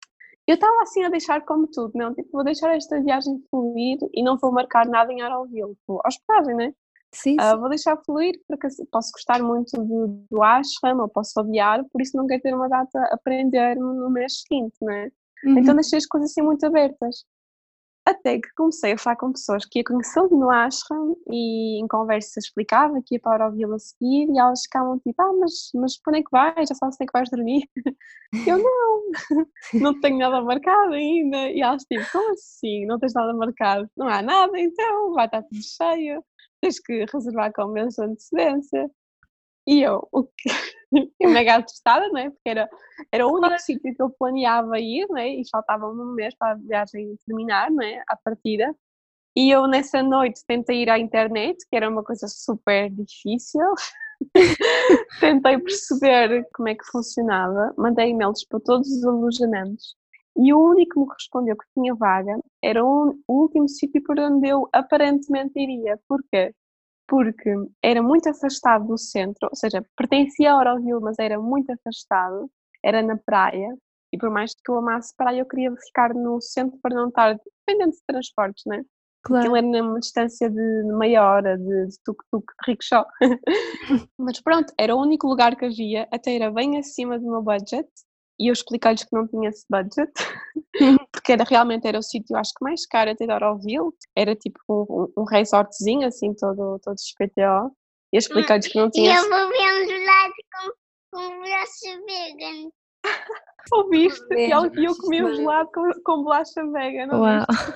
Eu estava assim a deixar como tudo, não? Tipo, vou deixar esta viagem fluir e não vou marcar nada em Auroville. Tipo, hospedagem, né? Sim, sim. Vou deixar fluir, porque posso gostar muito do ashram, ou posso odiar, por isso não quero ter uma data a prender-me no mês seguinte, né? Então Uhum. deixei as coisas assim muito abertas. Até que comecei a falar com pessoas que ia conhecê-lo no ashram e em conversa explicava que ia para a Auroville a seguir e elas ficavam tipo, mas para onde é que vais? Já sabes onde é que vais dormir? Eu não tenho nada marcado ainda. E elas tipo, como assim? Não tens nada marcado? Não há nada, então vai estar tudo cheio. Tens que reservar com meses de antecedência. E eu, o quê? Eu mega assustada, não é? Porque era o único sítio que eu planeava ir, não é? E faltava um mês para a viagem terminar, não é? À partida. E eu nessa noite tentei ir à internet, que era uma coisa super difícil. Tentei perceber como é que funcionava, mandei e-mails para todos os alojamentos e o único que me respondeu que tinha vaga era o último sítio por onde eu aparentemente iria. Porquê? Porque era muito afastado do centro, ou seja, pertencia a Auroville, mas era muito afastado, era na praia, e por mais que eu amasse praia, eu queria ficar no centro para não estar dependente de transportes, né? Aquilo Claro. era numa distância de meia hora de tuk-tuk, de rickshaw. Mas pronto, era o único lugar que havia, até era bem acima do meu budget, e eu expliquei-lhes que não tinha esse budget, porque realmente era o sítio, acho que mais caro até de Auroville, era tipo um resortzinho, assim, todo XPTO, e eu expliquei-lhes que não E tinha eu esse... vou ver um gelado com braço vegan. Ouviste? E Mesmo, eu comi um gelado com bolacha vegan, não Uau. viste?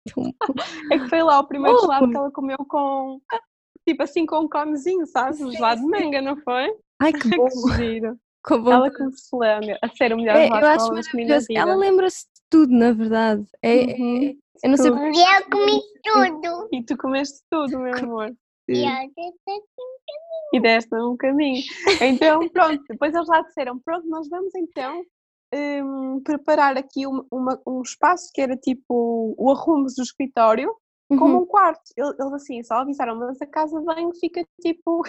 É que foi lá o primeiro gelado que Oh, ela comeu com, tipo assim, com um conezinho, sabes? Um sim, gelado de sim. manga, não foi? Ai, que bom. Que giro. Com Ela vontade. como se lembra. A ser o melhor É, eu gelado que acho ela já comi na maravilhoso. Ela vida. lembra-se de tudo, na verdade. Uhum. Eu não sei Tu. porque E eu comi tudo. E tu comeste tudo, meu amor. E eu eu disse, E deste um caminho. Então, pronto. Depois eles lá disseram, pronto, nós vamos então preparar aqui um espaço que era tipo o arrumo do escritório, como Uhum. um quarto. Eles assim, só avisaram, mas a casa de banho fica tipo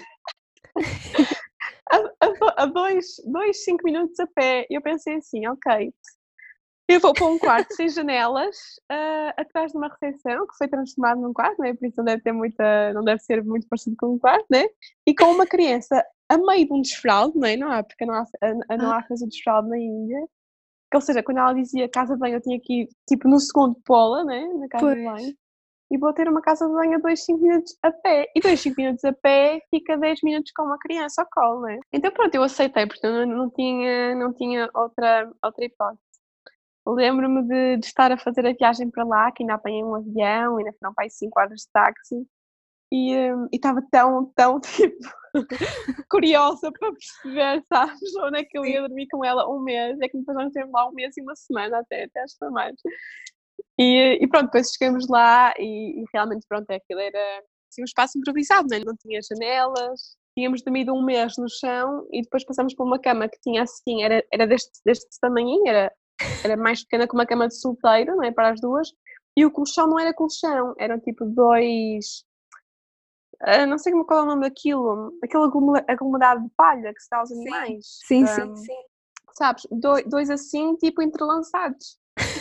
a 5 minutos a pé. E eu pensei assim, ok, eu vou para um quarto sem janelas, atrás de uma recepção, que foi transformado num quarto, né? Por isso não deve ser muito parecido com um quarto, né? E com uma criança a meio de um desfralde, né? Não há, porque não Ah, há fazer desfralde na Índia. Que, ou seja, quando ela dizia casa de banho, eu tinha que ir tipo no segundo pola, né? Na casa de pois. banho. E vou ter uma casa de banho a 5 minutos a pé. E 5 minutos a pé fica 10 minutos com uma criança ao colo, né? Então pronto, eu aceitei, porque eu não tinha outra hipótese. Lembro-me de estar a fazer a viagem para lá, que ainda apanhei um avião, ainda foram para aí 5 horas de táxi, e estava tão, tipo, curiosa para perceber, sabes, onde é que eu Sim. ia dormir com ela um mês, é que depois nós estivemos lá um mês e uma semana até acho que foi mais. E pronto, depois chegamos lá e realmente, pronto, aquilo era assim, um espaço improvisado, né? Não tinha janelas, tínhamos dormido um mês no chão e depois passamos por uma cama que tinha assim, era deste tamanhinho, era mais pequena que uma cama de solteiro, não é, para as duas, e o colchão não era colchão, eram tipo dois, não sei qual é o nome daquilo, aquele aglomerado de palha que se dá aos Sim, animais, sim, sim, sim. sabes, dois assim, tipo entrelaçados.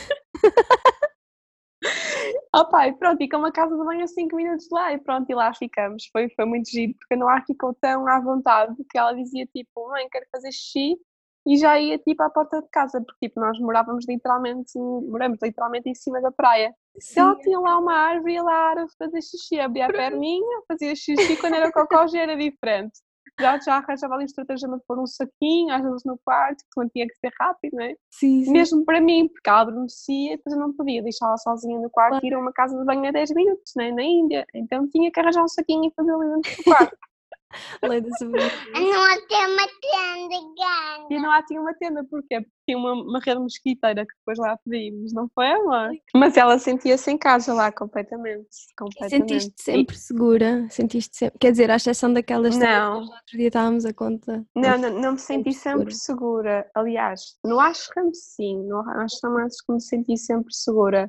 Opa, e pronto, e com uma casa de banho a 5 minutos de lá, e pronto, e lá ficamos. Foi muito giro, porque a Noah ficou tão à vontade que ela dizia tipo, mãe, quero fazer xixi, e já ia tipo à porta de casa, porque tipo, moramos literalmente em cima da praia. E ela Sim, tinha lá uma árvore, e lá a árvore fazia xixi, abria a perninha, fazia xixi, quando era cocó já era diferente. Já arranjava ali estratagema de pôr um saquinho, às vezes no quarto, que não tinha que ser rápido, não é? sim, sim, Mesmo para mim, porque ela adormecia e depois eu não podia deixá-la sozinha no quarto e ir a claro. uma casa de banho a 10 minutos, né, na Índia. Então tinha que arranjar um saquinho e fazer ali dentro do quarto. Lei da eu sobrevivência. não tenho uma tenda E grande. não há tinha uma tenda, porquê? Porque tinha uma rede mosquiteira que depois lá pedimos, não foi, amor? Mas ela sentia-se em casa lá completamente, E completamente. sentiste sempre segura? Sentiste sempre... Quer dizer, à exceção daquela história que nós Não, no outro dia estávamos a conta, não não me senti sempre sempre segura. segura. Aliás, no ashram sim, no ashram acho que me senti sempre segura.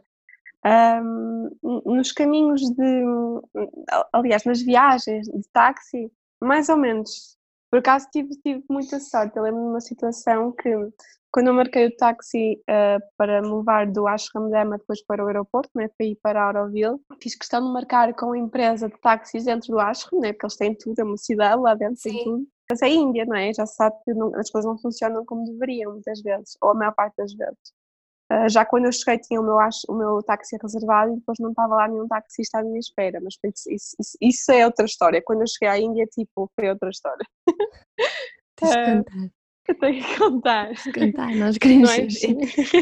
Nos caminhos aliás, nas viagens de táxi, mais ou menos. Por acaso tive muita sorte. Eu lembro-me de uma situação que quando eu marquei o táxi para me levar do Ashram Dhamma depois para o aeroporto, né, para ir para Auroville, fiz questão de marcar com a empresa de táxis dentro do Ashram, né, porque eles têm tudo, é uma cidade, lá dentro tem Sim. tudo. Mas é Índia, não é? Já se sabe que as coisas não funcionam como deveriam, muitas vezes, ou a maior parte das vezes. Já quando eu cheguei tinha o meu táxi reservado e depois não estava lá nenhum taxista à minha espera, mas isso é outra história. Quando eu cheguei à Índia, tipo, foi outra história. Tens de Ah, contar. eu tenho que contar, Tens de contar, nós não queremos é? saber.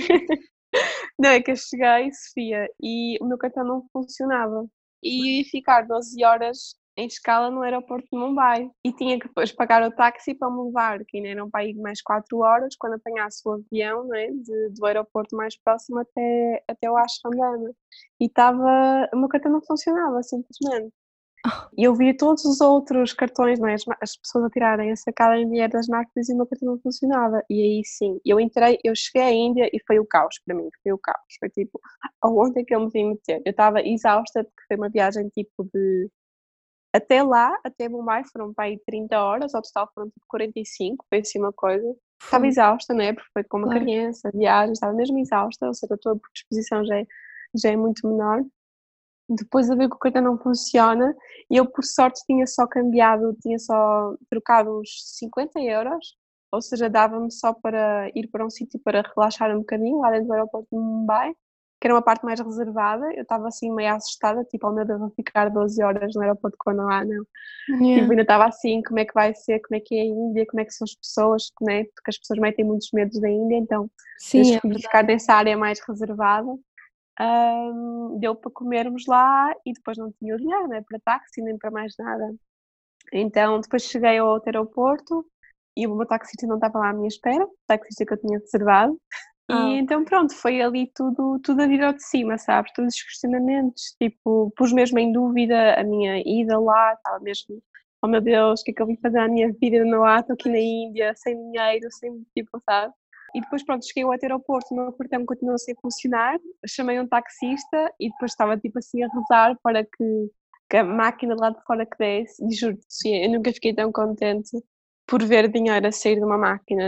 Não, é que eu cheguei, Sofia, e o meu cartão não funcionava. E ia ficar 12 horas em escala no aeroporto de Mumbai. E tinha que depois pagar o táxi para me levar, que ainda eram para ir mais 4 horas, quando apanhasse o avião, não é? Do aeroporto mais próximo até o Ashram Dhamma. E o meu cartão não funcionava, simplesmente. E eu via todos os outros cartões, não é? As pessoas a tirarem, a sacarem dinheiro das máquinas e o meu cartão não funcionava. E aí sim, eu cheguei à Índia e foi o caos para mim, foi o caos. Foi tipo, aonde é que eu me vim meter? Eu estava exausta porque foi uma viagem tipo de. Até lá, até Mumbai, foram para aí 30 horas, ao total foram tipo 45, foi assim uma coisa. Estava exausta, não é? Porque foi com uma Claro. criança, viagem, estava mesmo exausta, ou seja, a tua predisposição já é muito menor. Depois a ver que o cartão não funciona e eu por sorte tinha só trocado uns 50 euros, ou seja, dava-me só para ir para um sítio para relaxar um bocadinho lá dentro do aeroporto de Mumbai, que era uma parte mais reservada. Eu estava assim meio assustada, tipo, oh meu Deus, vou ficar 12 horas no aeroporto quando lá não. Yeah. Tipo, ainda estava assim, como é que vai ser, como é que é a Índia, como é que são as pessoas, né? Porque as pessoas meio têm muitos medos da Índia, então eu Sim, é escolhi ficar verdade. nessa área mais reservada. Deu para comermos lá e depois não tinha o dinheiro, né, para táxi nem para mais nada. Então depois cheguei ao outro aeroporto e o meu taxista não estava lá à minha espera, o taxista que eu tinha reservado. E então Ok. pronto, foi ali tudo a vir ao de cima, sabes? Todos os questionamentos, tipo, pus mesmo em dúvida a minha ida lá, estava mesmo, oh meu Deus, o que é que eu vim fazer à minha vida no lá, estou aqui na Índia, sem dinheiro, sem tipo, sabe? E depois, pronto, cheguei ao aeroporto, o meu cartão continuou sem funcionar, chamei um taxista e depois estava tipo assim a rezar para que a máquina lá de fora que desse, e juro-te, eu nunca fiquei tão contente por ver dinheiro a sair de uma máquina.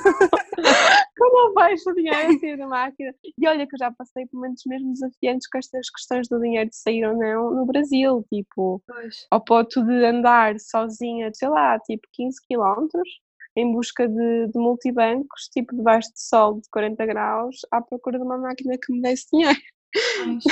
Quando eu vejo o dinheiro a sair da máquina. E olha que eu já passei por momentos mesmo desafiantes com estas questões do dinheiro de sair ou não no Brasil, tipo, Pois. ao ponto de andar sozinha, sei lá, tipo 15 quilómetros, em busca de multibancos, tipo debaixo de sol de 40 graus, à procura de uma máquina que me desse dinheiro. Pois.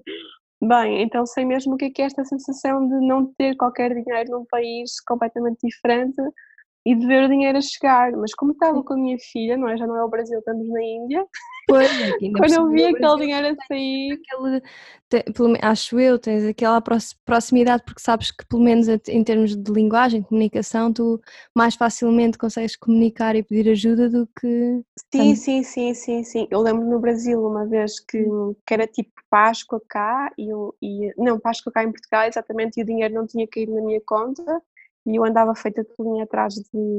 Bem, então sei mesmo o que é esta sensação de não ter qualquer dinheiro num país completamente diferente e de ver o dinheiro a chegar. Mas como estava Sim. com a minha filha, não é? Já não é o Brasil, estamos na Índia. Pois, é que ainda por Quando eu cima vi no aquele Brasil dinheiro a sair, aquele, acho eu, tens aquela proximidade porque sabes que pelo menos em termos de linguagem, de comunicação, tu mais facilmente consegues comunicar e pedir ajuda do que sim, estando. sim, sim, sim, sim. Eu lembro no Brasil uma vez que era tipo Páscoa cá não, Páscoa cá em Portugal, exatamente, e o dinheiro não tinha caído na minha conta e eu andava feita toda atrás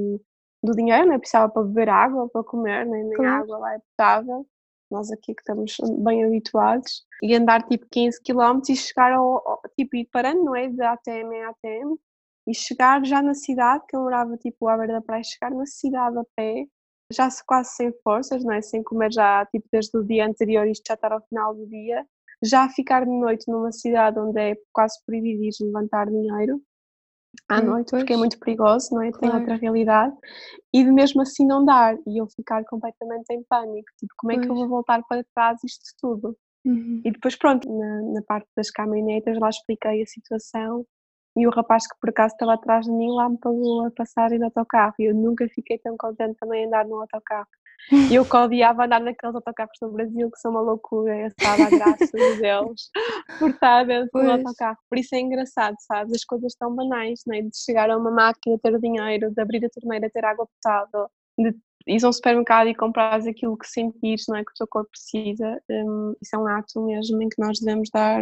do dinheiro, né? Precisava para beber água, para comer, nem a Claro. água lá é potável. Nós aqui que estamos bem habituados, e andar tipo 15 quilómetros e chegar tipo, ir parando, não é? De ATM em ATM e chegar já na cidade, que eu morava tipo à beira da praia, chegar na cidade a pé já quase sem forças, não é? Sem comer já, tipo, desde o dia anterior, isto já estar ao final do dia, já ficar de noite numa cidade onde é quase proibido ir levantar dinheiro à noite, porque é Pois, muito perigoso, não é? Tem claro, outra realidade, e de mesmo assim não dar, e eu ficar completamente em pânico, tipo, como é que eu pois. vou voltar para trás isto tudo? Uhum. E depois, pronto, na parte das caminhonetas, lá expliquei a situação e o rapaz que por acaso estava atrás de mim lá me pagou a passagem no autocarro e eu nunca fiquei tão contente também em andar no autocarro. E eu que odiava andar naqueles autocarros no Brasil que são uma loucura, eu estava a graça de Deus por estar dentro do Pois, autocarro. Por isso é engraçado, sabes? As coisas tão banais, né? De chegar a uma máquina, ter o dinheiro, de abrir a torneira, ter água potável, de ires a um supermercado e comprares aquilo que sentires, não é? Que o teu corpo precisa. Isso é um ato mesmo em que nós devemos dar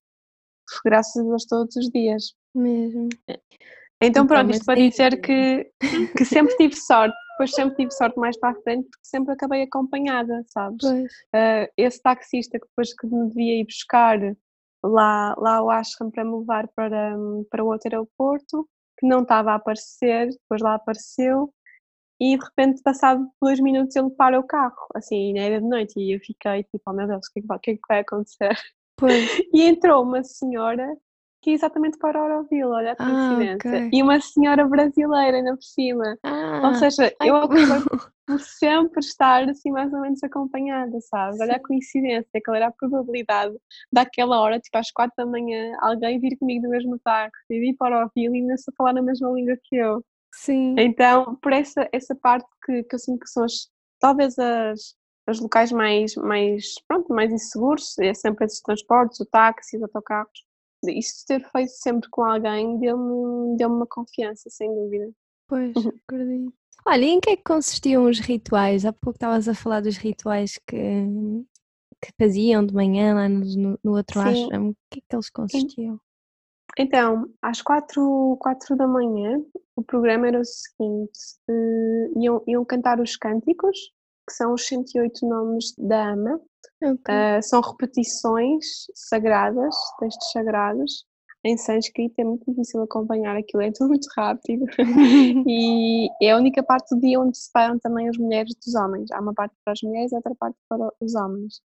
graças a Deus todos os dias. mesmo. Então Então, pronto, mas isto para aí, dizer que sempre tive sorte, depois sempre tive sorte mais para a frente, porque sempre acabei acompanhada, sabes? pois, Esse taxista que depois que me devia ir buscar lá ao Ashram para me levar para o outro aeroporto, que não estava a aparecer, depois lá apareceu, e de repente, passado 2 minutos, ele para o carro, assim, ainda era de noite, e eu fiquei tipo: "Oh meu Deus, o que é que vai acontecer?" Pois. E entrou uma senhora que ia exatamente para o Auroville, olha a Ah, coincidência, ok. e uma senhora brasileira ainda por cima. Ou Ah, seja, ai eu que bom. acabei por sempre estar assim mais ou menos acompanhada, sabes? Olha a Sim, coincidência, qual era a probabilidade daquela hora, tipo às 4 da manhã, alguém vir comigo no mesmo táxi, ir para o Auroville e ainda se falar na mesma língua que eu. sim. Então, por essa parte que eu sinto que são talvez as locais mais, pronto, mais inseguros, é sempre esses transportes, o táxi, os autocarros. Isso ter feito sempre com alguém deu-me uma confiança, sem dúvida. Pois, acredito. Olha, e em que é que consistiam os rituais? Há pouco estavas a falar dos rituais que faziam de manhã lá no outro Sim, ashram. O que é que eles en consistiam? então, às 4 da manhã o programa era o seguinte, iam cantar os cânticos, que são os 108 nomes da AMA. Ok. São repetições sagradas, textos sagrados, em sânscrito, é muito difícil acompanhar aquilo, é tudo muito rápido. E é a única parte do dia onde separam também as mulheres dos homens. Há uma parte para as mulheres e outra parte para os homens.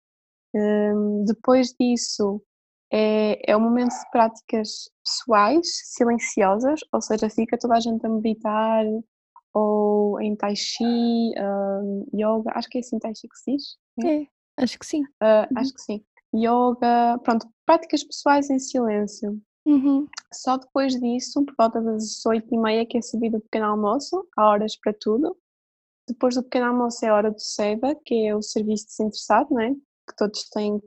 Depois disso, é um momento de práticas pessoais, silenciosas, ou seja, fica toda a gente a meditar, ou em tai chi, yoga, acho que é assim tai chi que se diz, é? É, acho que sim. Acho Uhum. que sim. Yoga, pronto, práticas pessoais em silêncio. Uhum. Só depois disso, por volta das 8h30, que é servido o pequeno almoço, há horas para tudo. Depois do pequeno almoço é a hora do SEBA, que é o serviço desinteressado, não é? Que todos têm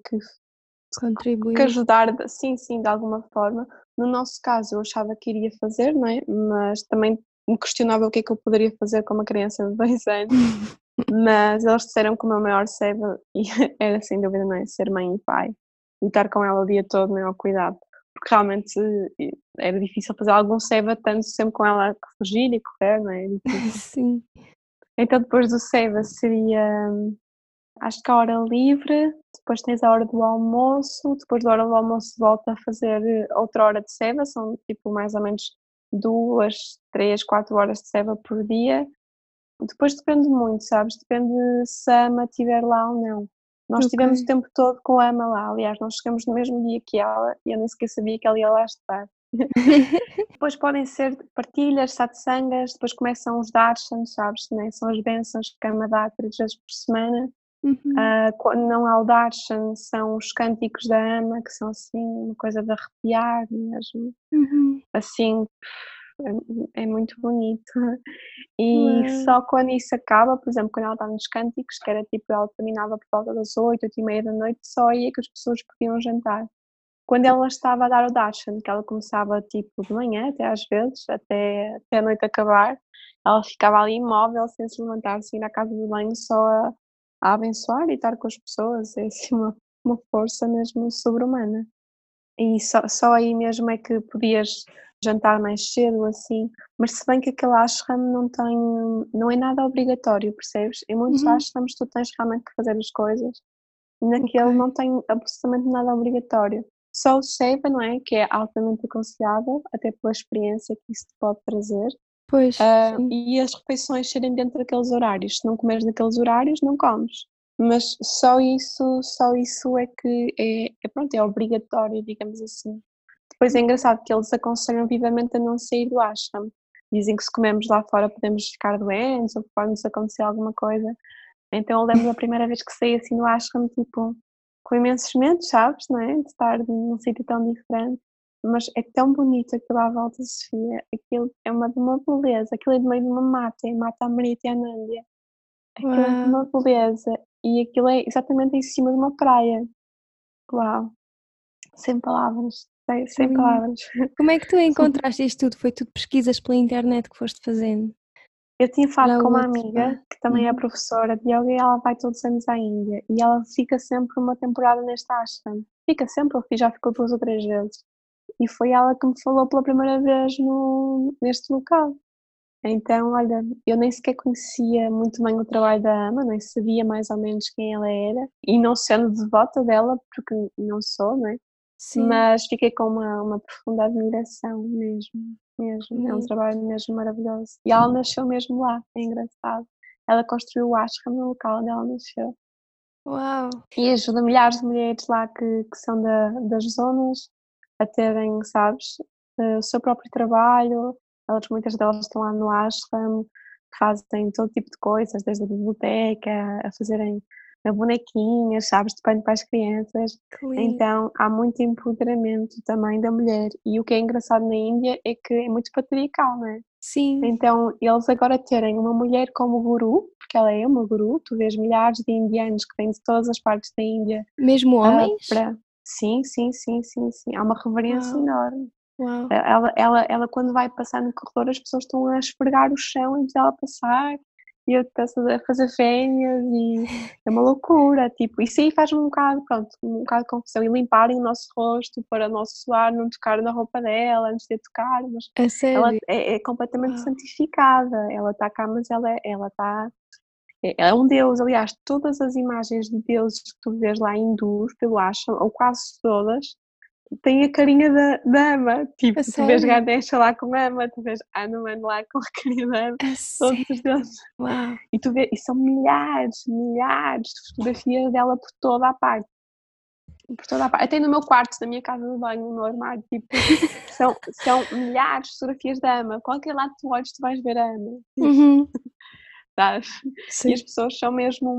que Contribuir. ajudar, sim, sim, de alguma forma. No nosso caso, eu achava que iria fazer, não é? Mas também me questionava o que é que eu poderia fazer com uma criança de 2 anos. Mas eles disseram que o meu maior cebo era sem dúvida, não é, ser mãe e pai, e estar com ela o dia todo, não é, ao cuidado, porque realmente era difícil fazer algum cebo estando sempre com ela a fugir e correr, não é, é difícil. Sim. Então depois do cebo seria, acho que a hora livre, depois tens a hora do almoço, depois da hora do almoço volta a fazer outra hora de ceba, são tipo mais ou menos 2, 3, 4 horas de ceba por dia. Depois depende muito, sabes? Depende se a ama estiver lá ou não. Nós Ok. estivemos o tempo todo com a ama lá, aliás, nós chegamos no mesmo dia que ela e eu nem sequer sabia que ela ia lá estar. Depois podem ser partilhas, satsangas, depois começam os darshans, sabes, né? São as bênçãos que a ama dá 3 vezes por semana. Uhum. Quando não há o darshan, são os cânticos da ama, que são assim, uma coisa de arrepiar mesmo. Uhum. Assim, é muito bonito. E Uau. só quando isso acaba, por exemplo, quando ela está nos cânticos, que era tipo, ela terminava por volta das 8, 8h30 da noite, só aí é que as pessoas podiam jantar. Quando ela estava a dar o darshan, que ela começava tipo de manhã, até às vezes, até a noite acabar, ela ficava ali imóvel, sem se levantar, sem ir à casa de banho, só a abençoar e estar com as pessoas. É assim uma força mesmo sobre-humana. E só aí mesmo é que podias jantar mais cedo, assim, mas se bem que aquele ashram não é nada obrigatório, percebes? Em muitos Uhum. ashrams tu tens realmente que fazer as coisas, e Ok. naquele não tem absolutamente nada obrigatório. Só o seva, não é, que é altamente aconselhável, até pela experiência que isso te pode trazer, Pois, sim. e as refeições serem dentro daqueles horários. Se não comeres naqueles horários, não comes. Mas só isso é que pronto, é obrigatório, digamos assim. Depois é engraçado que eles aconselham vivamente a não sair do ashram. Dizem que se comermos lá fora podemos ficar doentes ou pode nos acontecer alguma coisa. Então eu lembro da primeira vez que saí assim do ashram, tipo, com imensos medos, sabes, não é? De estar num sítio tão diferente. Mas é tão bonito aquilo à volta, Sofia. Aquilo é uma beleza. Aquilo é de meio de uma mata, é a Mata Amritianândia. Aquilo é de Uau. uma beleza. E aquilo é exatamente em cima de uma praia. Uau, sem palavras, Que sem lindo. palavras. Como é que tu encontraste isto tudo? Foi tudo pesquisas pela internet que foste fazendo? Eu tinha falado Já com o uma outro amiga spa? que também é Uhum. professora de yoga e ela vai todos os anos à Índia e ela fica sempre uma temporada neste ashram. Fica sempre, já ficou 2 ou 3 vezes. E foi ela que me falou pela primeira vez neste local. Então, olha, eu nem sequer conhecia muito bem o trabalho da Ama, nem sabia mais ou menos quem ela era, e não sendo devota dela, porque não sou, né? Sim. Mas fiquei com uma profunda admiração mesmo. mesmo, é um Bonito. trabalho mesmo maravilhoso. E ela nasceu mesmo lá, é engraçado. Ela construiu o ashram no local onde ela nasceu. Uau! E ajuda milhares de mulheres lá que são das zonas a terem, sabes, o seu próprio trabalho. Muitas delas estão lá no ashram, fazem todo tipo de coisas, desde a biblioteca a fazerem bonequinhas, sabes, de pano para as crianças. Que lindo! Então há muito empoderamento também da mulher. E o que é engraçado na Índia é que é muito patriarcal, não é? Sim, Então, eles agora terem uma mulher como guru, porque ela é uma guru, tu vês milhares de indianos que vêm de todas as partes da Índia mesmo homens? para. Sim, sim, sim, sim, sim. Há uma reverência Uau, enorme. uau. Ela, quando vai passar no corredor, as pessoas estão a esfregar o chão antes dela passar e eu estou a fazer vénias e é uma loucura, tipo, isso aí faz-me um bocado, pronto, um bocado de confusão e limparem o nosso rosto para o nosso suor não tocar na roupa dela antes de a tocar, mas A ela sério? é completamente Uau. santificada, ela está cá, mas ela está é um deus, aliás, todas as imagens de deuses que tu vês lá hindus, pelo ashram, ou quase todas, têm a carinha da ama, tipo, A tu vês sério? Ganesha lá com ama, tu vês Hanuman lá com a carinha da ama, A todos os sério? deuses. Uau. E são milhares, milhares de fotografias dela por toda a parte. Por toda a parte. Até no meu quarto, na minha casa de banho, no meu armário, tipo, são milhares de fotografias da ama. Qualquer lado que tu olhes, tu vais ver a ama. Uhum. Sabes? E as Sim, pessoas são mesmo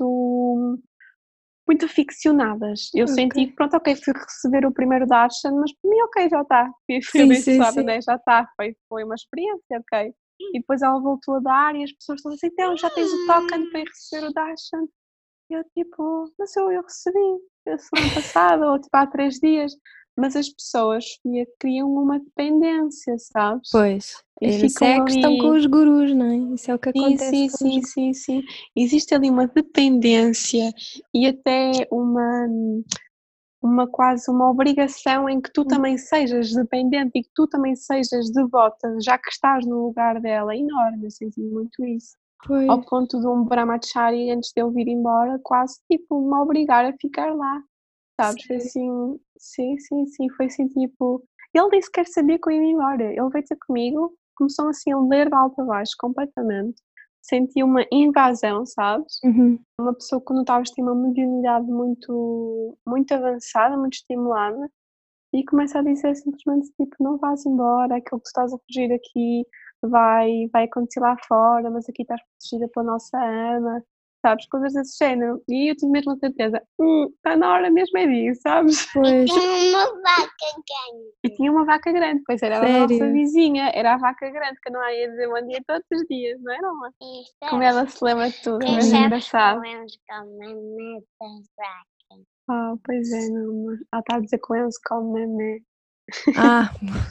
muito ficcionadas. Eu senti ok. que, pronto, ok, fui receber o primeiro darshan, mas para mim, ok, já está. Fui Sim, sim, abençoada, sim. né? Já está. Foi uma experiência, ok. E depois ela voltou a dar e as pessoas estão assim, então já tens o token para ir receber o darshan. E eu tipo, mas eu recebi a semana passada ou tipo há 3 dias. Mas as pessoas, Sofia, criam uma dependência, sabes? Pois, E essa é ficam a questão com ali. os gurus, não é? Isso é o que Sim, acontece sim, com os sim, gurus. sim, sim. Existe ali uma dependência e até uma quase uma obrigação em que tu também sejas dependente e que tu também sejas devota, já que estás no lugar dela, é enorme, eu senti muito isso. Ao Pois, ponto de um brahmachari, antes de eu vir embora, quase tipo me obrigar a ficar lá, sabes? Foi sério. assim, sim, sim, sim, foi assim tipo. Ele disse que quer saber que eu ia embora. Ele veio ter comigo, começou assim a ler de alto a baixo completamente. Senti uma invasão, sabes? Uhum. Uma pessoa que notavas que tem uma mediunidade muito, muito avançada, muito estimulada, e começa a dizer simplesmente tipo: não vás embora, aquilo que tu estás a fugir aqui vai acontecer lá fora, mas aqui estás protegida pela nossa ama, sabes? Coisas desse género. E eu tive mesmo a certeza: está na hora mesmo é disso, sabes? Pois, Tem uma vaca grande. E tinha uma vaca grande, pois era a nossa sério. vizinha, era a vaca grande, que não há ia dizer bom dia todos os dias, não era uma? E Como sabes, ela se lembra de tudo, é quem mesmo Uhum. sabe engraçado. comemos com manetas vacas. Ah, pois é, não, ela está a dizer com eles como meme. Ah,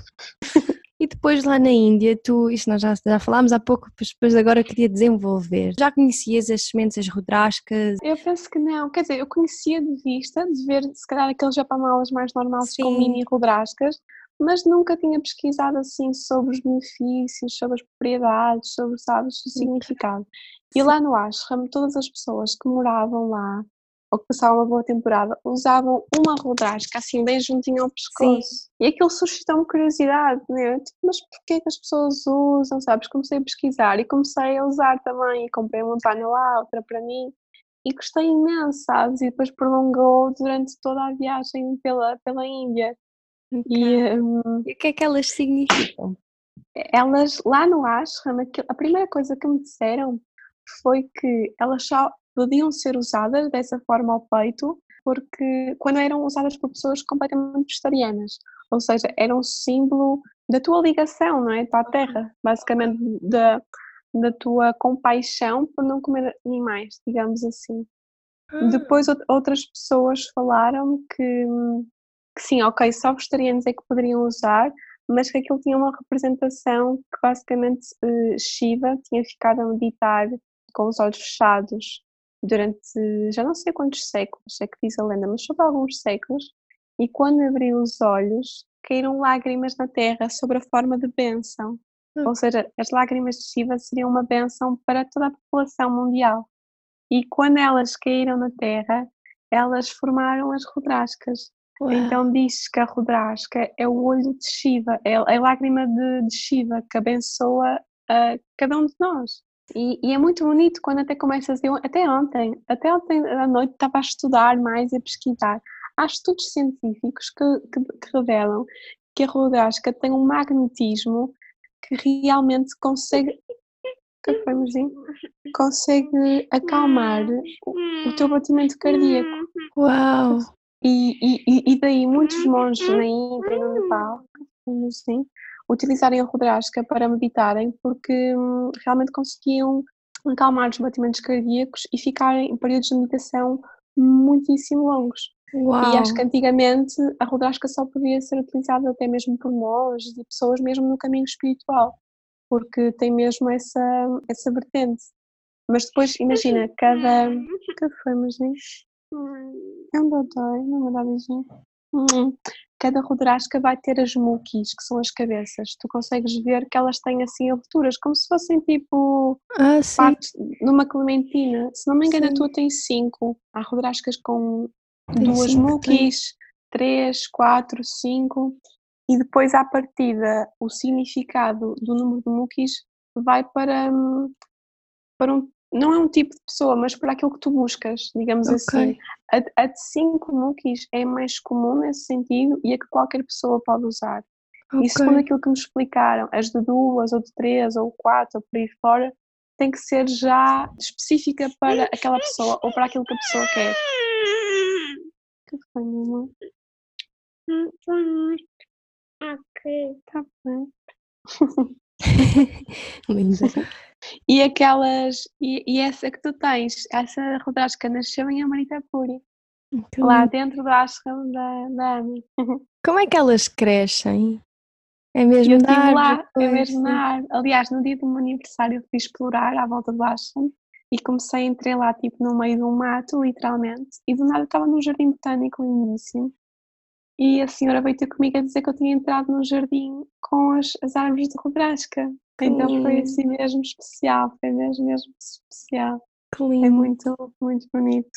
e depois lá na Índia, isto nós já falámos há pouco, mas depois agora queria desenvolver. Já conhecias as sementes, as rudrascas? Eu penso que não, quer dizer, eu conhecia de vista, de ver se calhar aqueles japamalas mais normais com Sim. mini rodrascas, mas nunca tinha pesquisado assim sobre os benefícios, sobre as propriedades, sobre, sabes, o significado. E Sim. lá no ashram, todas as pessoas que moravam lá, ou que passavam uma boa temporada, usavam uma rodrasca assim bem juntinho ao Sim. pescoço. E aquilo suscitou-me curiosidade, né? Tipo, mas porquê que as pessoas usam, sabes? Comecei a pesquisar e comecei a usar também, e comprei uma montanha lá, outra para mim, e gostei imenso, sabes? E depois prolongou durante toda a viagem pela Índia. Ok. E E o que é que elas significam? elas, lá no ashram, a primeira coisa que me disseram foi que elas só podiam ser usadas dessa forma ao peito porque quando eram usadas por pessoas completamente vegetarianas, ou seja, era um símbolo da tua ligação, não é? Para a terra, basicamente da tua compaixão por não comer animais, digamos assim. Ah, Depois outras pessoas falaram que sim, ok, só vegetarianos é que poderiam usar, mas que aquilo tinha uma representação que basicamente Shiva tinha ficado a meditar com os olhos fechados durante já não sei quantos séculos, é que diz a lenda, mas sobre alguns séculos, e quando abriu os olhos caíram lágrimas na terra sobre a forma de bênção. ah, Ou seja, as lágrimas de Shiva seriam uma bênção para toda a população mundial. E quando elas caíram na terra, elas formaram as rudrascas. Uau. Então diz que a Rudrasca é o olho de Shiva, é a lágrima de Shiva que abençoa cada um de nós. E é muito bonito quando até começas, até ontem à noite estava a estudar mais e a pesquisar. Há estudos científicos que revelam que a Rudrasca tem um magnetismo que realmente consegue acalmar o teu batimento cardíaco. Uau! E daí muitos monges na Índia e no Nepal, assim, utilizarem a Rudrasca para meditarem porque realmente conseguiam acalmar os batimentos cardíacos e ficarem em períodos de meditação muitíssimo longos. E acho que Uau! antigamente a Rudrasca só podia ser utilizada até mesmo por monges e pessoas mesmo no caminho espiritual, porque tem mesmo essa vertente. Mas depois, imagina, que foi, mas é um dodói, não vou dar beijinho. Cada Rudrasca vai ter as mukis, que são as cabeças. Tu consegues ver que elas têm assim aberturas, como se fossem tipo Sim. partes numa clementina. Se não me engano, a Sim. tua tem 5. Há Rudrascas com Tem 2 5, mukis, 3, 4, 5. E depois, à partida, o significado do número de mukis vai para não é um tipo de pessoa, mas para aquilo que tu buscas, digamos assim. Ok. A de 5 mukis é mais comum nesse sentido e a que qualquer pessoa pode usar. E segundo Ok. aquilo que me explicaram, as de 2 ou de 3 ou 4 ou por aí fora, tem que ser já específica para aquela pessoa ou para aquilo que a pessoa quer. Que foi, meu amor? Ok. Tá bem. Linda. E aquelas, e essa que tu tens, essa Rudrasca nasceu em Amritapuri, Que lá lindo. dentro do ashram da Ami. Como é que elas crescem? É E mesmo eu da estive árvore lá, é depois? mesmo na árvore. Aliás, no dia do meu aniversário fui explorar à volta do ashram e comecei a entrar lá tipo no meio de um mato, literalmente, e do nada estava num jardim botânico lindíssimo. E a senhora veio ter comigo a dizer que eu tinha entrado num jardim com as árvores de Rudrasca. Que Então foi lindo. assim mesmo especial, foi mesmo especial. Que É lindo. muito, muito bonito.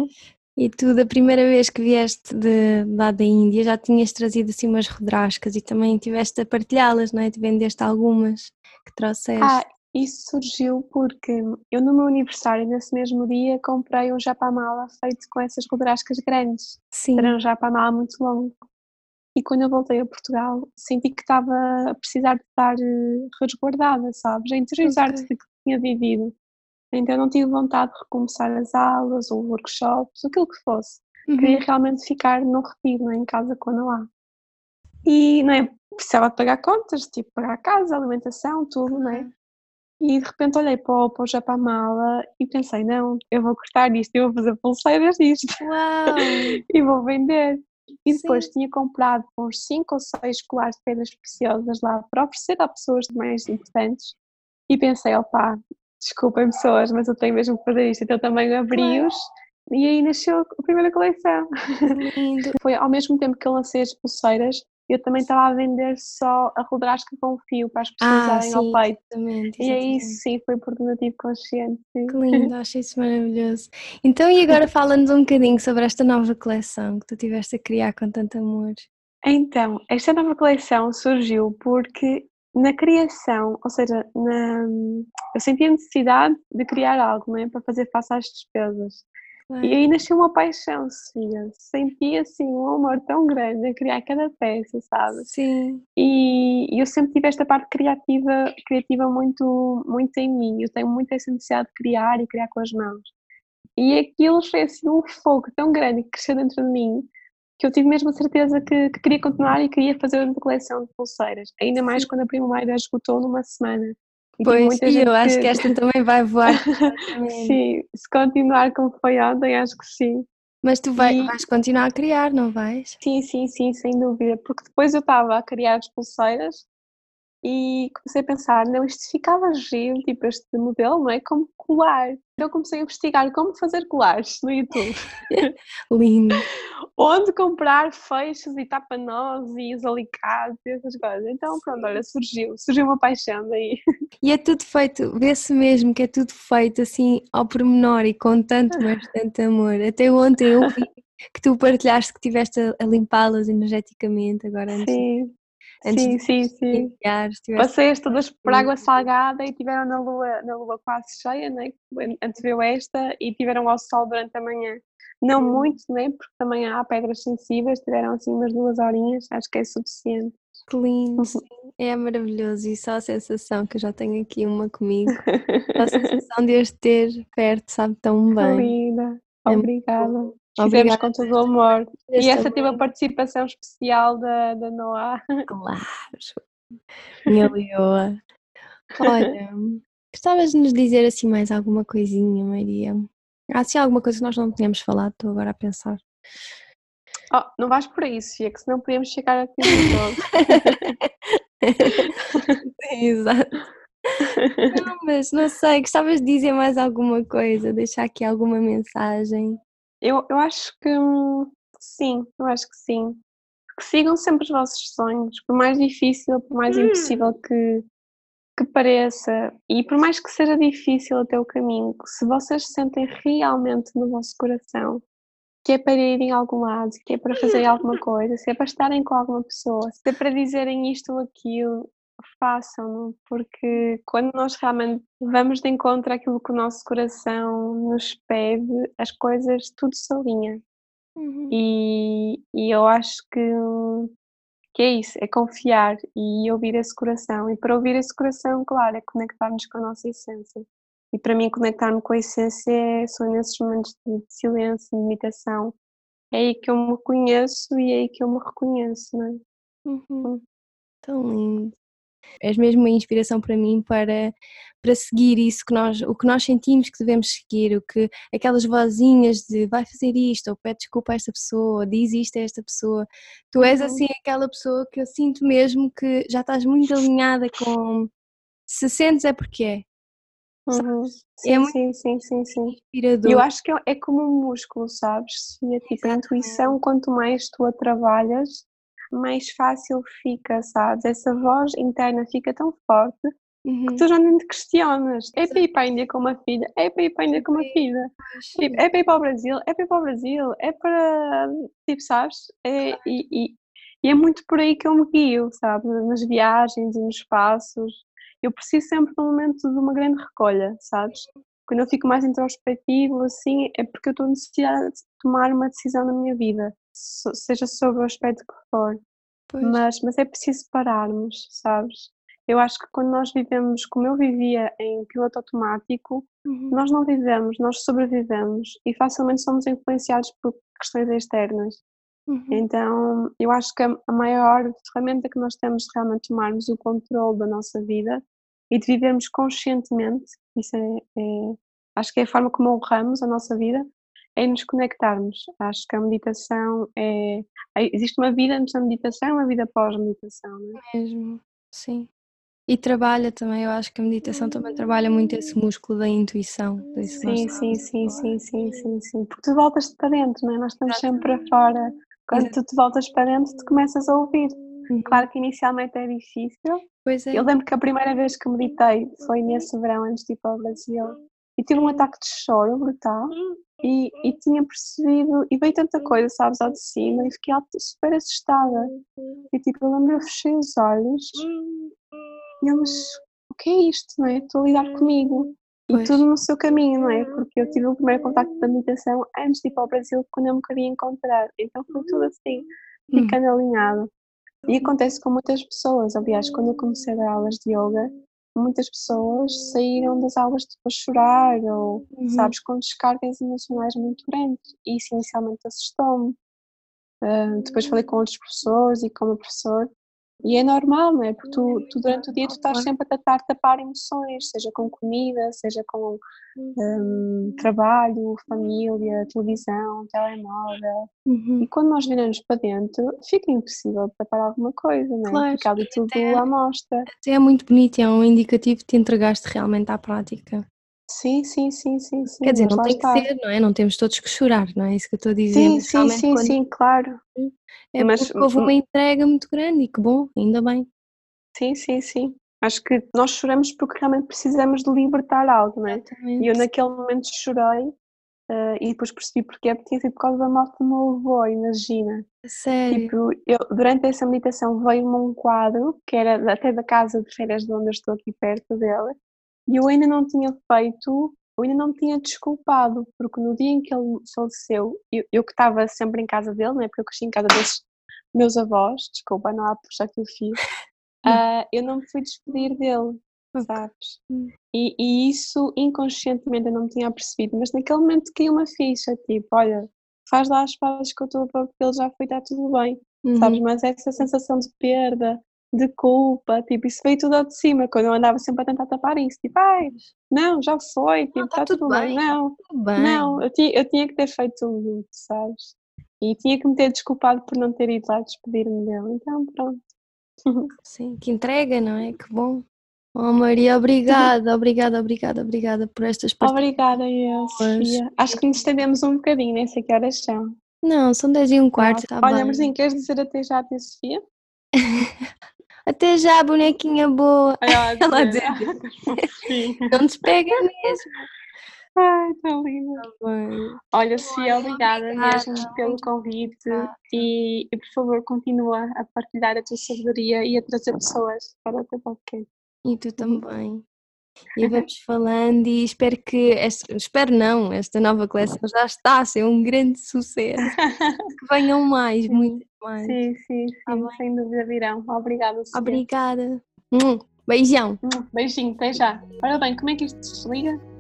E tu, da primeira vez que vieste de lá da Índia, já tinhas trazido assim umas Rudrascas e também tiveste a partilhá-las, não é? Tu vendeste algumas que trouxeste. Isso surgiu porque eu no meu aniversário, nesse mesmo dia, comprei um japamala feito com essas Rudrascas grandes. Era Sim. um japamala muito longo. E quando eu voltei a Portugal, senti que estava a precisar de estar resguardada, sabes? A interiorizar tudo Ok. o que tinha vivido. Então não tive vontade de recomeçar as aulas ou workshops, aquilo que fosse. Queria Uhum. realmente ficar num retiro, não é? Em casa quando não há. E não é, precisava de pagar contas, tipo pagar a casa, alimentação, tudo, não é? E de repente olhei para o japamala e pensei, não, eu vou cortar isto, eu vou fazer pulseiras disto Uau! e vou vender. E depois Sim. tinha comprado uns 5 ou 6 colares de pedras preciosas lá para oferecer a pessoas mais importantes e pensei, opá, desculpem pessoas, mas eu tenho mesmo que fazer isto. Então também abri-os e aí nasceu a primeira coleção. Que lindo. Foi ao mesmo tempo que eu lancei as pulseiras, eu também estava a vender só a Rudrasca com fio para as pessoas usarem ao Sim, peito. exatamente, E aí exatamente. sim, foi por donativo consciente, sim. Que lindo, achei isso maravilhoso. Então, e agora fala-nos um bocadinho sobre esta nova coleção que tu tiveste a criar com tanto amor. Então, esta nova coleção surgiu porque na criação, ou seja, eu senti a necessidade de criar algo, não é, para fazer face às despesas. E Claro. aí nasceu uma paixão, Sofia. Senti assim um amor tão grande a criar cada peça, sabes? Sim, E eu sempre tive esta parte criativa muito, muito em mim. Eu tenho muito essa necessidade de criar e criar com as mãos. E aquilo foi assim um fogo tão grande que cresceu dentro de mim que eu tive mesmo a certeza que queria continuar e queria fazer outra coleção de pulseiras. Ainda mais sim. quando a primeira esgotou numa semana. E tive Pois, muita e gente eu acho que. que esta também vai voar completamente. Sim, se continuar como foi ontem, acho que sim. Mas tu E vais continuar a criar, não vais? sim, sim, sim, sem dúvida. Porque depois eu estava a criar as pulseiras e comecei a pensar, não, isto ficava giro, tipo este modelo, não é? Como colar. Então comecei a investigar como fazer colares no YouTube. Lindo. Onde comprar feixes e tapa-nós e os alicates e essas coisas. Então pronto, olha, surgiu uma paixão daí. E é tudo feito, vê-se mesmo que é tudo feito assim ao pormenor e com tanto, mas tanto amor. Até ontem eu vi que tu partilhaste que estiveste a limpá-las energeticamente agora Sim, antes sim, de sim, sim. enviar, estiveste Passei-as todas por água salgada e tiveram na lua quase cheia, né? Anteveu esta e tiveram ao sol durante a manhã. Não muito, né? Porque também há pedras sensíveis, tiveram assim umas 2 horinhas, acho que é suficiente. que lindo, sim, é maravilhoso e só a sensação que eu já tenho aqui uma comigo, só a sensação de as ter perto sabe tão Que bem. linda, É muito obrigada. bom. Fizemos Obrigada com todo o amor. E essa teve a também. participação especial da Noah. Claro, minha leoa. Olha, gostavas de nos dizer assim mais alguma coisinha, Maria? Há assim alguma coisa que nós não tínhamos falado, estou agora a pensar. Oh, não vais por aí, Sofia, que senão podemos chegar aqui o dia todo. Exato. Não, mas não sei, gostavas de dizer mais alguma coisa, deixar aqui alguma mensagem? Eu acho que sim, eu acho que sim. Que sigam sempre os vossos sonhos, por mais difícil, por mais impossível que pareça, e por mais que seja difícil até o caminho, se vocês sentem realmente no vosso coração que é para irem a algum lado, que é para fazerem alguma coisa, se é para estarem com alguma pessoa, se é para dizerem isto ou aquilo, façam-no, porque quando nós realmente vamos de encontro àquilo que o nosso coração nos pede, as coisas tudo se alinha. Uhum. E eu acho que é isso, é confiar e ouvir esse coração. E para ouvir esse coração, claro, é conectar-nos com a nossa essência. E para mim, conectar-me com a essência são nesses momentos de silêncio, de meditação. É aí que eu me conheço e é aí que eu me reconheço, não é? Uhum. Hum. Tão lindo. És mesmo uma inspiração para mim para seguir isso que o que nós sentimos que devemos seguir, o que aquelas vozinhas de vai fazer isto, ou pede desculpa a esta pessoa, ou diz isto a esta pessoa. Tu és Uhum. assim aquela pessoa que eu sinto mesmo que já estás muito alinhada com se sentes é porque é, Uhum. sabes? É Sim, muito sim, sim, sim, sim. E eu inspirador. acho que é como um músculo, sabes? E é tipo a intuição, Exatamente. quanto mais tu a trabalhas, mais fácil fica, sabes? Essa voz interna fica tão forte que Uhum. tu já nem te questionas. É para Exato. ir para a Índia com uma filha, é para ir para a Índia com uma filha, Pois, tipo, é para ir para o Brasil, é para ir para o Brasil, é para. Tipo, sabes? E é muito por aí que eu me guio, sabe? Nas viagens e nos passos. Eu preciso sempre de um momento de uma grande recolha, sabes? Quando eu fico mais introspectivo, assim, é porque eu estou necessitada de tomar uma decisão na minha vida, seja sobre o aspecto que for. pois. Mas é preciso pararmos, sabes? Eu acho que quando nós vivemos como eu vivia em piloto automático, Uhum. nós não vivemos, nós sobrevivemos e facilmente somos influenciados por questões externas. Uhum. Então, eu acho que a maior ferramenta que nós temos de realmente tomarmos o controle da nossa vida e de vivermos conscientemente, isso acho que é a forma como honramos a nossa vida, é nos conectarmos. Acho que a meditação existe uma vida antes da meditação e uma vida pós-meditação, não é? Mesmo, sim. E trabalha também, eu acho que a meditação também trabalha muito esse músculo da intuição, disso que nós Sim, sim, estávamos a sim, falar. sim, sim, sim, sim. Porque tu voltas para dentro, não é? Nós estamos sempre para Exatamente. fora. Quando Exato. tu te voltas para dentro, tu começas a ouvir. Uhum. Claro que inicialmente é difícil. Pois Eu é. lembro que a primeira vez que meditei foi nesse verão antes de ir para o Brasil e tive um ataque de choro brutal e tinha percebido, e veio tanta coisa, sabes, ao de cima e fiquei super assustada. E tipo, eu lembro, eu fechei os olhos e eu, mas o que é isto, não é? Estou a lidar comigo. E Pois. tudo no seu caminho, não é? Porque eu tive o primeiro contacto da meditação antes de ir para o Brasil, quando eu me queria encontrar. Então foi tudo assim, Uhum. ficando alinhado. E acontece com muitas pessoas. Aliás, quando eu comecei a dar aulas de yoga, muitas pessoas saíram das aulas tipo a chorar ou, Uhum. sabes, com descargas emocionais muito grandes. E isso inicialmente assustou-me. Depois falei com outros professores e com o meu professor. E é normal, não é? Porque tu durante o dia tu estás Claro. sempre a tentar tapar emoções, seja com comida, seja com trabalho, família, televisão, telemóvel. E Uhum. quando nós viramos para dentro, fica impossível tapar alguma coisa, não é? Claro. Fica ali E tudo à mostra. até é muito bonito, é um indicativo de te entregaste realmente à prática. Sim, sim, sim, sim, Quer sim, dizer, mas não lá tem que está. ser, não é? Não temos todos que chorar, não é isso que eu estou a dizer, Sim, mas sim, realmente sim, quando sim, claro. é Mas porque houve uma entrega muito grande e que bom, ainda bem. sim, sim, sim. Acho que nós choramos porque realmente precisamos de libertar algo, não é? E eu Exatamente. naquele momento chorei e depois percebi porque tinha sido por causa da morte do meu avô, imagina. Sério. Tipo, durante essa meditação veio-me um quadro, que era até da casa de férias de onde eu estou aqui perto dele, e eu ainda não tinha feito, eu ainda não me tinha desculpado, porque no dia em que ele faleceu, eu que estava sempre em casa dele, né, porque eu cresci em casa desses meus avós, desculpa, não há puxar que eu fiz, eu não me fui despedir dele, sabes? E isso inconscientemente eu não me tinha percebido, mas naquele momento caiu uma ficha, tipo, olha, faz lá as pazes com o teu avô, porque ele já foi, está tudo bem, sabes? Mas essa sensação de perda, de culpa, tipo, isso veio tudo ao de cima, quando eu andava sempre a tentar tapar isso, tipo, ai, não, já foi, tipo, tá está tudo bem, não, tudo bem. não, eu tinha que ter feito um luto, sabes? E tinha que me ter desculpado por não ter ido lá despedir-me dele, então pronto. Sim, que entrega, não é? Que bom. Oh, Maria, obrigada por estas partilhas. Obrigada, eu, Sofia. Acho que nos estendemos um bocadinho, nem sei que horas são. Não, são 10h15, está Olha, bem. amorzinho, queres dizer até já, tia Sofia? Até já, bonequinha boa. Olha Ela a dizer. dizer, Fofinha. não despega mesmo. Ai, tão linda. Tá bem. Olha, Sofia, obrigada mesmo pelo muito convite obrigada. e, por favor, continua a partilhar a tua sabedoria e a trazer pessoas para o teu podcast. E tu também. E vamos falando e espero que, esta nova coleção já está a ser um grande sucesso. Que venham mais, muitas mais. Sim, Tá bem? sem dúvida virão. Obrigada, Sofia. Obrigada. Beijão. Beijinho, até já. Ora bem, como é que isto se desliga?